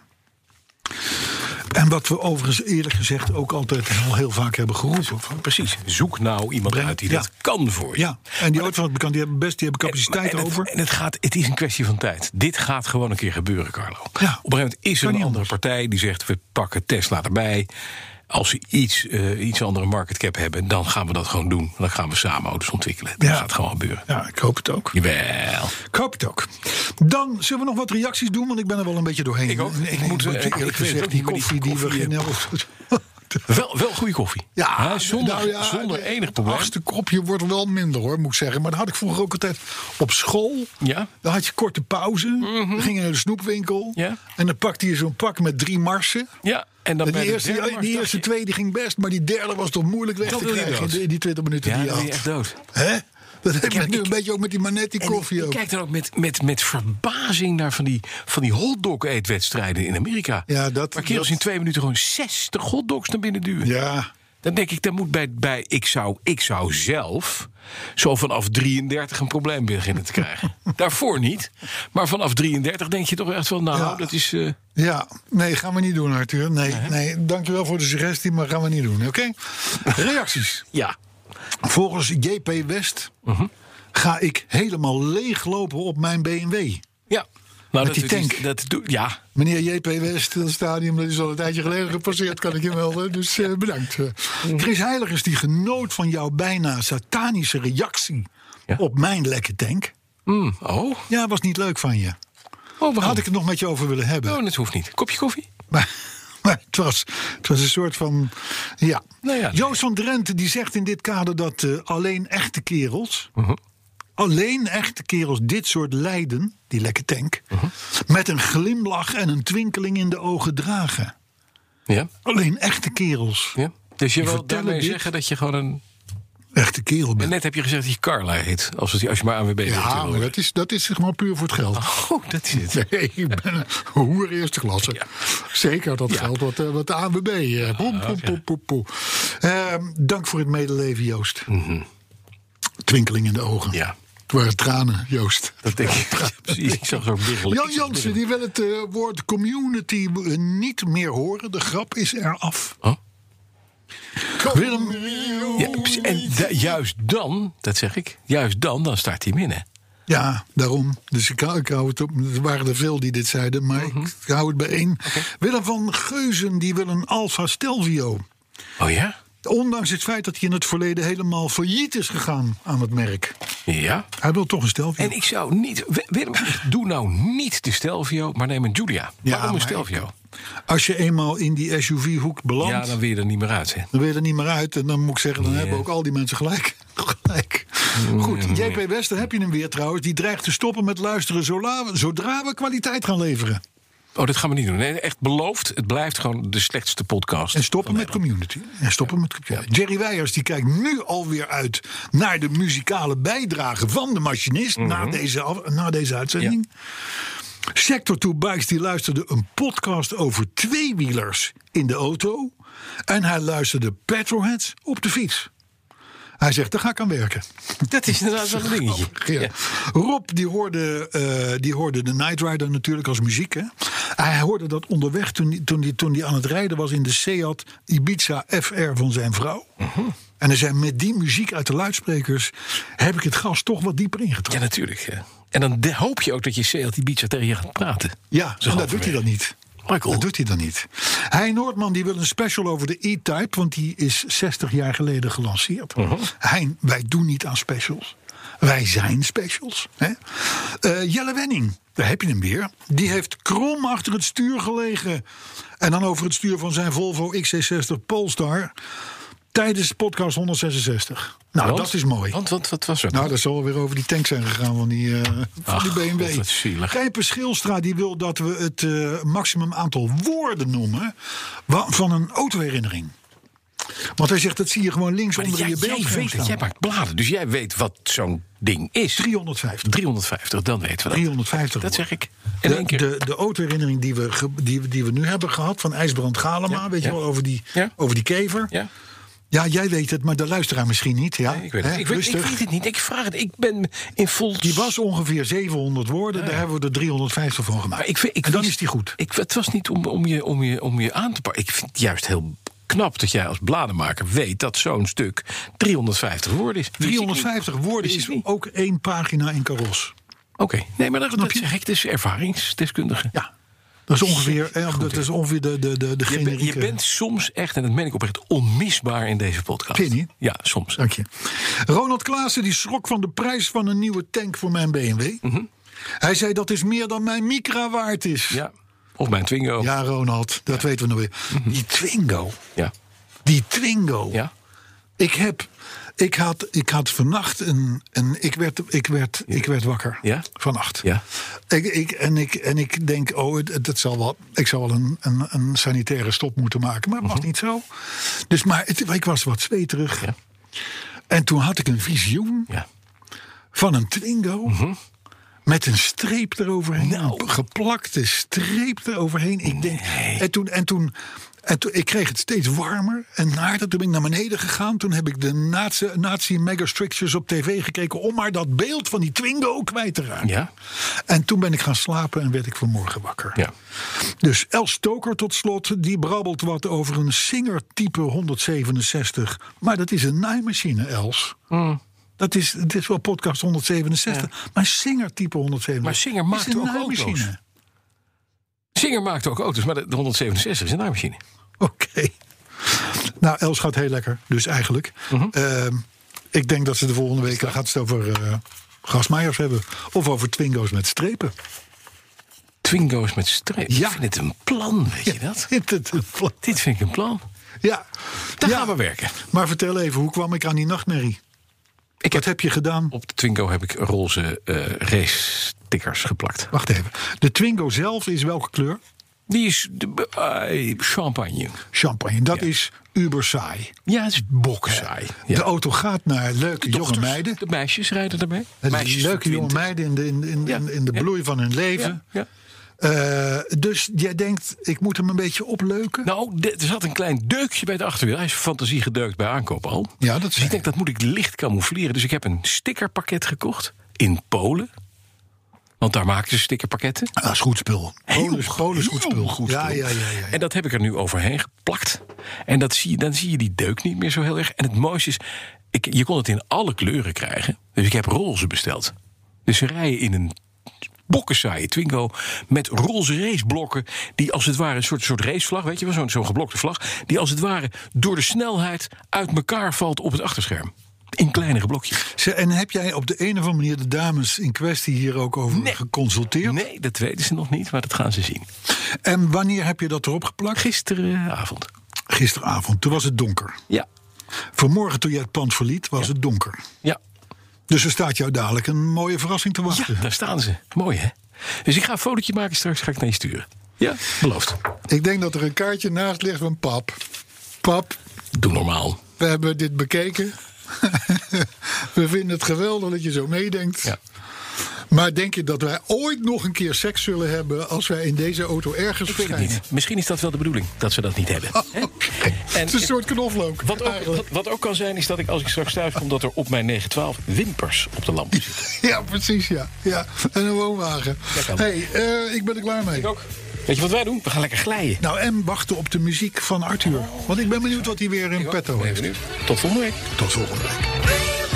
En wat we overigens eerlijk gezegd ook altijd heel, heel vaak hebben geroepen. Precies, zoek nou iemand Breng, uit die ja. dat kan voor je. Ja, en die auto van het bekend, die hebben best die hebben capaciteit en, en over. Het, en het, gaat, het is een kwestie van tijd. Dit gaat gewoon een keer gebeuren, Carlo. Ja. Op een gegeven moment is er een andere anders. partij die zegt we pakken Tesla erbij. Als ze iets, uh, iets andere market cap hebben, dan gaan we dat gewoon doen. Dan gaan we samen auto's ontwikkelen. Dat ja. gaat gewoon gebeuren. Ja, ik hoop het ook. Jawel. Ik hoop het ook. Dan zullen we nog wat reacties doen, want ik ben er wel een beetje doorheen. Ik ook. Ik, ik moet uh, eerlijk ik gezegd, die koffie die, koffie die we geen Wel, wel goede koffie. Ja, ja, zonder, nou ja, zonder enig probleem. Het achtste kopje wordt wel minder hoor, moet ik zeggen. Maar dat had ik vroeger ook altijd op school. Ja. Dan had je korte pauze. Mm-hmm. Dan ging je naar de snoepwinkel. Ja. En dan pakte je zo'n pak met drie marsen. Ja. En dan en die eerste, de die eerste twee die ging best, maar die derde was toch moeilijk weg dat te krijgen. In die twintig minuten ja, die je had. Ja, echt dood. Hè? Dat heb ik nu ik, een beetje ook met die Manetti koffie. Ik, ik kijk dan ook met, met, met verbazing naar van die, van die hotdog-eetwedstrijden in Amerika. Ja, dat, waar kerels dat... in twee minuten gewoon zestig hotdogs naar binnen duwen. Ja. Dan denk ik, dan moet bij, bij ik, zou, ik zou zelf zo vanaf drieëndertig een probleem beginnen te krijgen. Daarvoor niet. Maar vanaf drieëndertig denk je toch echt van, nou, ja. dat is... Uh... Ja, nee, gaan we niet doen, Arthur. Nee, nee. nee dankjewel voor de suggestie, maar gaan we niet doen, oké? Okay? Reacties. Ja. Volgens J P West uh-huh. ga ik helemaal leeglopen op mijn B M W. Ja. Nou, met dat, die tank. Is, dat doe, ja. Meneer J P West, dat stadium dat is al een tijdje geleden gepasseerd, kan ik je melden. Dus uh, bedankt. Chris Heiligers die genoot van jouw bijna satanische reactie ja? op mijn lekke tank. Mm, oh? Ja, was niet leuk van je. Oh, Daar had ik het nog met je over willen hebben. Oh, dat hoeft niet. Kopje koffie? Maar, maar het, was, het was een soort van... Ja. Nou ja, Joost van Drenthe die zegt in dit kader dat uh, alleen echte kerels... Uh-huh. Alleen echte kerels dit soort lijden, die lekke tank... Uh-huh. met een glimlach en een twinkeling in de ogen dragen. Ja. Alleen echte kerels. Ja. Dus je wil daarmee dit... zeggen dat je gewoon een... echte kerel bent. En net heb je gezegd dat je Carla heet. Als, het, als je maar A N W B bent. Ja, maar dat is, dat is gewoon puur voor het geld. Oh, dat is het. Nee, ik ben een hoer eerste klasse. Ja. Zeker dat ja. geld wat, wat de A N W B... Uh, poe, poe, poe, poe, poe. Uh, dank voor het medeleven, Joost. Mm-hmm. Twinkeling in de ogen. Ja. Het waren tranen, Joost. Dat denk ik. Ja, precies. Ik zag zo'n biggelen. Jan Jansen die wil het uh, woord community niet meer horen. De grap is eraf. Oh? Willem. Ja, en da, juist dan, dat zeg ik, juist dan, dan start hij minnen. Ja, daarom. Dus ik, ik hou het op. Er waren er veel die dit zeiden, maar uh-huh. ik hou het bijeen. Okay. Willem van Geuzen die wil een Alfa Stelvio. Oh ja? Ondanks het feit dat hij in het verleden helemaal failliet is gegaan aan het merk. Ja. Hij wil toch een Stelvio. En ik zou niet... Willem, doe nou niet de Stelvio, maar neem een Giulia. Ja, waarom een Stelvio? Ik, als je eenmaal in die S U V-hoek belandt... Ja, dan wil je er niet meer uit. Hè? Dan wil je er niet meer uit. En dan moet ik zeggen, dan yeah. hebben ook al die mensen gelijk. gelijk. Mm, Goed, J P West, daar heb je hem weer trouwens. Die dreigt te stoppen met luisteren zodra we kwaliteit gaan leveren. Oh, dat gaan we niet doen. Nee, echt beloofd. Het blijft gewoon de slechtste podcast. En stoppen met community. En stoppen met community. Jerry Weijers die kijkt nu alweer uit naar de muzikale bijdrage van de machinist mm-hmm. na, deze, na deze uitzending. Ja. Sector two Bikes die luisterde een podcast over tweewielers in de auto. En hij luisterde Petrolheads op de fiets. Hij zegt, daar ga ik aan werken. Dat is inderdaad wel een dingetje. Ja. Ja. Rob, die hoorde, uh, die hoorde de Knight Rider natuurlijk als muziek. Hè? Hij hoorde dat onderweg toen, toen, die, toen die aan het rijden was in de Seat Ibiza F R van zijn vrouw. Uh-huh. En hij zei, met die muziek uit de luidsprekers heb ik het gas toch wat dieper ingetrokken. Ja, natuurlijk. Ja. En dan de, hoop je ook dat je Seat Ibiza tegen je gaat praten. Ja, Zo en dat doet hij dan niet. Michael. Dat doet hij dan niet. Hein Noordman die wil een special over de E-Type, want die is zestig jaar geleden gelanceerd. Uh-huh. Hein, wij doen niet aan specials. Wij zijn specials. Hè? Uh, Jelle Wenning, daar heb je hem weer. Die heeft krom achter het stuur gelegen. En dan over het stuur van zijn Volvo X C zestig Polestar. Tijdens podcast honderdzesenzestig. Nou, Want? dat is mooi. Want wat, wat was er? Nou, dat zal weer over die tank zijn gegaan van die, uh, van Ach, die B M W. God, wat zielig. Kijper Schilstra die wil dat we het uh, maximum aantal woorden noemen wa- van een autoherinnering. Want hij zegt, dat zie je gewoon links Maar onder jij, in je jij beeldscherm weet het, staan. jij maakt bladen, dus jij weet wat zo'n ding is. driehonderdvijftig. driehonderdvijftig, dan weten we dat. driehonderdvijftig Dat zeg woorden. ik. In één De, keer. de, de autoherinnering die we, ge, die, we- die we nu hebben gehad van IJsbrand Galema, Ja, weet je ja. wel, over die, Ja. over die kever. Ja? Ja, jij weet het, maar de luisteraar misschien niet. Ja, Nee, ik, weet Hè, het. Ik, weet, ik rustig. weet het niet. Ik vraag het. Ik ben in vol... Die was ongeveer zevenhonderd woorden, daar hebben we er driehonderdvijftig van gemaakt. Maar ik vind, ik en dan wist- is die goed. Ik, het was niet om, om, je, om, je, om je aan te pakken. Ik vind het juist heel knap dat jij als bladenmaker weet dat zo'n stuk driehonderdvijftig woorden is. driehonderdvijftig woorden Wist is ik niet. ook één pagina in Karos. Oké, nee, maar dat, Snap dat je? zeg ik. Het is ervaringsdeskundige. Ja, dat is ongeveer, eh, dat is ongeveer de, de, de, de Je, ben- generieke... je bent soms echt, en dat meen ik oprecht, onmisbaar in deze podcast. Vind je niet? Ja, soms. Dank je. Ronald Klaassen die schrok van de prijs van een nieuwe tank voor mijn B M W. Mhm. Hij zei dat is meer dan mijn Micra waard is. Ja. Of mijn Twingo. Ja, Ronald, dat weten we nog weer. Die Twingo. Ja. Die Twingo. Ja. Ik heb... Ik had, ik had vannacht een. een ik, werd, ik, werd, ik werd wakker. Ja? Vannacht. Ja. Ik, ik, en, ik, en ik denk, oh, het, het zal wel, ik zal wel een, een, een sanitaire stop moeten maken. Maar het was niet zo. Dus, maar het, ik was wat zweterig. Ja. En toen had ik een visioen Ja. van een Twingo. Met een streep eroverheen. Nou. Een geplakte streep eroverheen. Ik denk, en toen. En toen En toen, ik kreeg het steeds warmer en naarder. Toen ben ik naar beneden gegaan. Toen heb ik de Nazi, Nazi Mega Strictures op tv gekeken... om maar dat beeld van die Twingo kwijt te raken. Ja. En toen ben ik gaan slapen en werd ik vanmorgen wakker. Ja. Dus Els Stoker tot slot, die brabbelt wat over een Singer type honderdzevenenzestig. Maar dat is een naaimachine, Els. Mm. Dat is, het is wel podcast honderdzevenenzestig. Ja. Maar Singer type honderdzevenenzestig. Maar Singer maakt is een ook naaimachine. auto's. Singer maakt ook auto's, maar de de honderdzevenenzestig is een naaimachine. Oké. Nou, Els gaat heel lekker, dus eigenlijk. Mhm. Uh, ik denk dat ze de volgende week... dan gaat ze het over uh, gasmaaiers hebben. Of over Twingo's met strepen. Twingo's met strepen? Ja. Ik vind het een plan, weet je dat? Vindt het een plan? Dit vind ik een plan. Ja. Daar Ja. gaan we werken. Maar vertel even, hoe kwam ik aan die nachtmerrie? Ik Wat heb, heb je gedaan? op de Twingo heb ik roze uh, race stickers geplakt. Wacht even. De Twingo zelf is welke kleur? Die is de, uh, champagne. Champagne. Dat Ja. is uber saai. Ja, het is boksaai. Ja. De auto gaat naar leuke jonge Dochters, meiden. De meisjes rijden erbij. En Meisjes van leuke jonge twintig. meiden in de, in, in, Ja. in, in de Ja. bloei van hun leven. Ja, ja. Uh, dus jij denkt, ik moet hem een beetje opleuken? Nou, de- er zat een klein deukje bij het achterwiel. Hij is fantasie gedeukt bij aankoop al. Ja, dat Dus zei ik denk, dat moet ik licht camoufleren. Dus ik heb een stickerpakket gekocht in Polen. Want daar maken ze stickerpakketten. Dat is goed spul. Heel Polen is- goed- Polen is goed heel spul. goed ja, spul. ja, ja, ja, ja. En dat heb ik er nu overheen geplakt. En dat zie je, dan zie je die deuk niet meer zo heel erg. En het mooiste is, ik, je kon het in alle kleuren krijgen. Dus ik heb roze besteld. Dus ze rijden in een bokkensaaie Twingo met roze raceblokken... die als het ware een soort, soort racevlag, weet je wel, zo'n zo'n geblokte vlag... die als het ware door de snelheid uit elkaar valt op het achterscherm. In kleinere blokjes. Ze- En heb jij op de een of andere manier de dames in kwestie hier ook over Nee. geconsulteerd? Nee, dat weten ze nog niet, maar dat gaan ze zien. En wanneer heb je dat erop geplakt? Gisteravond. Gisteravond. Toen was het donker. Ja. Vanmorgen toen jij het pand verliet was het donker. Ja. Dus er staat jou dadelijk een mooie verrassing te Ja, wachten. daar staan ze. Mooi, hè? Dus ik ga een fotootje maken, straks ga ik naar je sturen. Ja, beloofd. Ik denk dat er een kaartje naast ligt van pap. Pap, Doe normaal. we hebben dit bekeken. We vinden het geweldig dat je zo meedenkt. Ja. Maar denk je dat wij ooit nog een keer seks zullen hebben... als wij in deze auto ergens Ik weet het verschijnen? niet. Misschien is dat wel de bedoeling, dat ze dat niet hebben. Hè? Oké. En Het is een soort knoflook. Wat ook, eigenlijk. wat, wat ook kan zijn, is dat ik als ik straks thuis kom... dat er op mijn negen twaalf wimpers op de lamp zitten. Ja, precies, ja. ja. En een woonwagen. Dat kan. hey, uh, ik ben er klaar mee. Ik ook. Weet je wat wij doen? We gaan lekker glijden. Nou, en wachten op de muziek van Arthur. Want ik ben benieuwd wat hij weer in petto heeft. Even nu. Tot volgende week. Tot volgende week.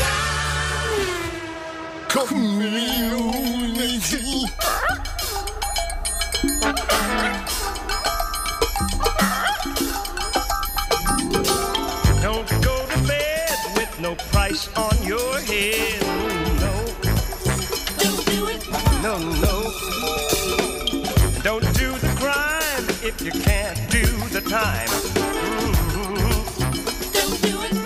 Don't go to bed with no price on your head. No. Don't do it. No, no. Don't do the crime if you can't do the time. Mm-hmm. Don't do it.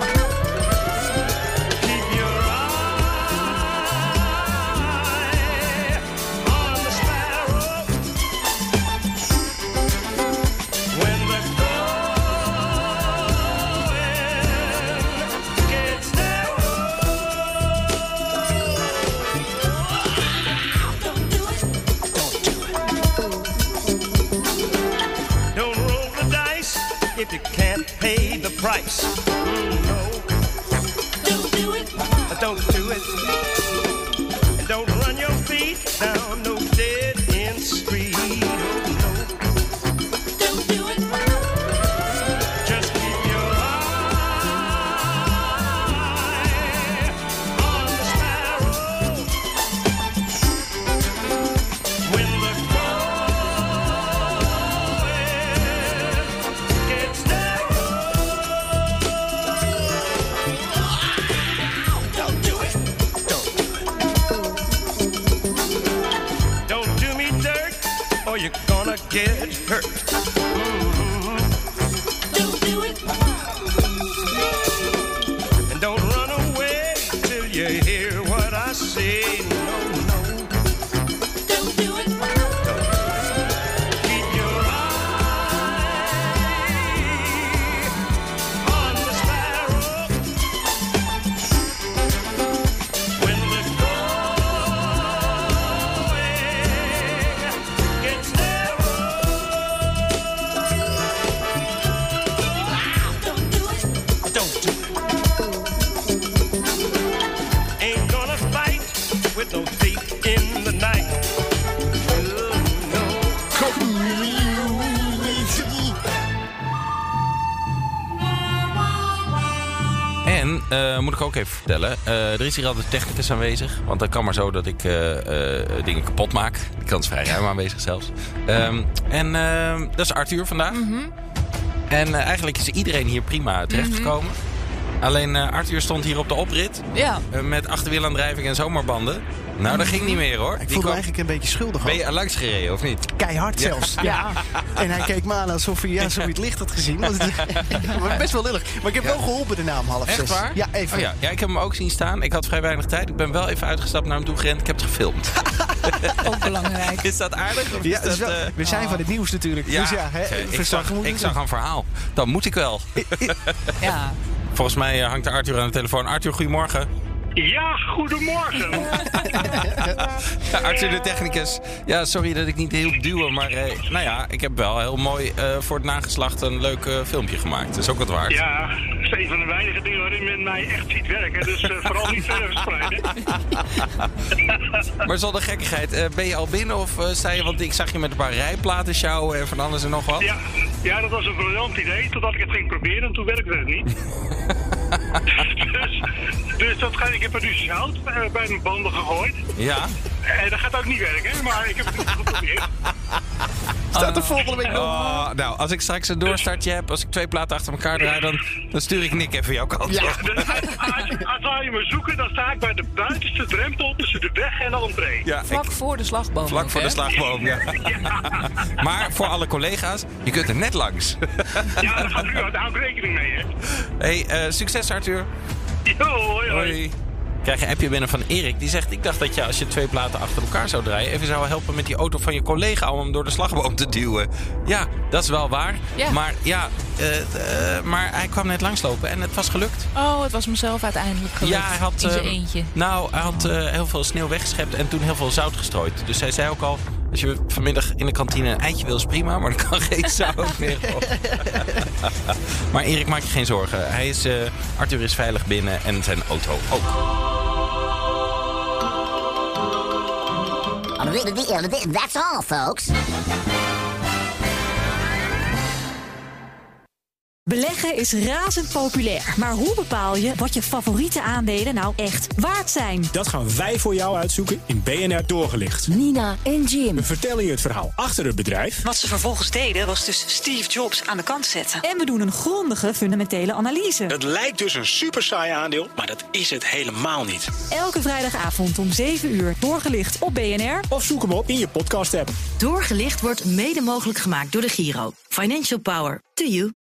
price. Mm, no. Don't do it. Don't do it. And don't run your feet down no dead end street. Oh, no. Don't do it. Just keep your eye on the sparrow. When the going gets narrow. Don't do it. Don't. Don't do me dirt, or you're gonna get hurt. Mhm. Don't do it. And don't run away till you hear what I say. No, no. Don't do it. Don't. Keep your eye on the sparrow. When the going gets narrow. Don't do it. Don't do it. Ain't gonna fight with no thief in the night. Oh, no. En, eh, moet ik ook even vertellen, eh, er is hier altijd technicus aanwezig. Want dat kan maar zo dat ik eh, eh, dingen kapot maak. Die kans is vrij ruim aanwezig zelfs. Ehm, en ehm, dat is Arthur vandaag. En eh, eigenlijk is iedereen hier prima terechtgekomen. Alleen eh, Arthur stond hier op de oprit. Ja. eh, met achterwielaandrijving en zomerbanden. Nou, dat ging niet meer hoor. Ik Die voelde me kwam- eigenlijk een beetje schuldig. Ben ook. je langs gereden of niet? Keihard Ja. zelfs. Ja. En hij keek me aan alsof hij, ja, alsof hij het licht had gezien. Want het, maar best wel lullig. Maar ik heb wel geholpen de naam half Echt zes. waar? Ja, even. Oh ja. ja, ik heb hem ook zien staan. Ik had vrij weinig tijd. Ik ben wel even uitgestapt naar hem toe gerend. Ik heb het gefilmd. Ook belangrijk. Is dat aardig? Of Ja, is dat is dat, wel- eh, we zijn van het nieuws natuurlijk. Ja, Dus ja, hè, oké. ik, verslag zag, moet ik doen. zag een verhaal. Dan moet ik wel. Ja. Volgens mij eh, hangt er Arthur aan de telefoon. Arthur, goedemorgen. Ja, goedemorgen. Ja, Arthur de technicus. Ja, sorry dat ik niet heel duwen, maar eh, nou ja, ik heb wel heel mooi eh, voor het nageslacht een leuk eh, filmpje gemaakt. Dat is ook wat waard. Ja, dat is een van de weinige dingen waarin men mij echt ziet werken. Dus eh, vooral niet verder verspreiden. Maar zonder gekkigheid, eh, ben je al binnen of uh, sta je, want ik zag je met een paar rijplaten sjouwen en van alles en nog wat. Ja, ja, dat was een briljant idee, totdat ik het ging proberen en toen werkte het niet. dus, dus dat ga, ik heb er nu zout uh, bij mijn banden gegooid. Ja. En dat gaat ook niet werken, maar ik heb het niet geprobeerd. Staat er volgende week nog. Oh, nou, als ik straks een doorstartje heb, als ik twee platen achter elkaar draai, dan, dan stuur ik Nick even jouw kant Ja, op. dus als, als, als je me zoeken, dan sta ik bij de buitenste drempel tussen de weg en de entree. Ja, Vlak ik- voor de slagboom. Vlak ook, voor hè? de slagboom, ja. Maar voor alle collega's, je kunt er net langs. Ja, daar gaat u uit. Daar hou ik rekening mee, hè. Hey, eh, succes Arthur. Jo, hoi, hoi. Ik krijg een appje binnen van Erik. Die zegt, ik dacht dat je als je twee platen achter elkaar zou draaien, even zou helpen met die auto van je collega om hem door de slagboom te duwen. Ja, dat is wel waar. Ja. Maar ja, eh, eh, maar hij kwam net langslopen en het was gelukt. Oh, het was mezelf uiteindelijk gelukt. Ja, hij had, in zijn eh, eentje. Nou, hij had eh, heel veel sneeuw weggeschept en toen heel veel zout gestrooid. Dus hij zei ook al, als je vanmiddag in de kantine een eitje wil is prima, maar er kan geen zout meer op. Maar Erik, maak je geen zorgen. Hij is, uh, Arthur is veilig binnen en zijn auto ook. That's all, folks. Beleggen is razend populair. Maar hoe bepaal je wat je favoriete aandelen nou echt waard zijn? Dat gaan wij voor jou uitzoeken in B N R Doorgelicht. Nina en Jim. We vertellen je het verhaal achter het bedrijf. Wat ze vervolgens deden was dus Steve Jobs aan de kant zetten. En we doen een grondige fundamentele analyse. Het lijkt dus een super saai aandeel, maar dat is het helemaal niet. Elke vrijdagavond om zeven uur Doorgelicht op B N R. Of zoek hem op in je podcast-app. Doorgelicht wordt mede mogelijk gemaakt door de Giro. Financial Power to you.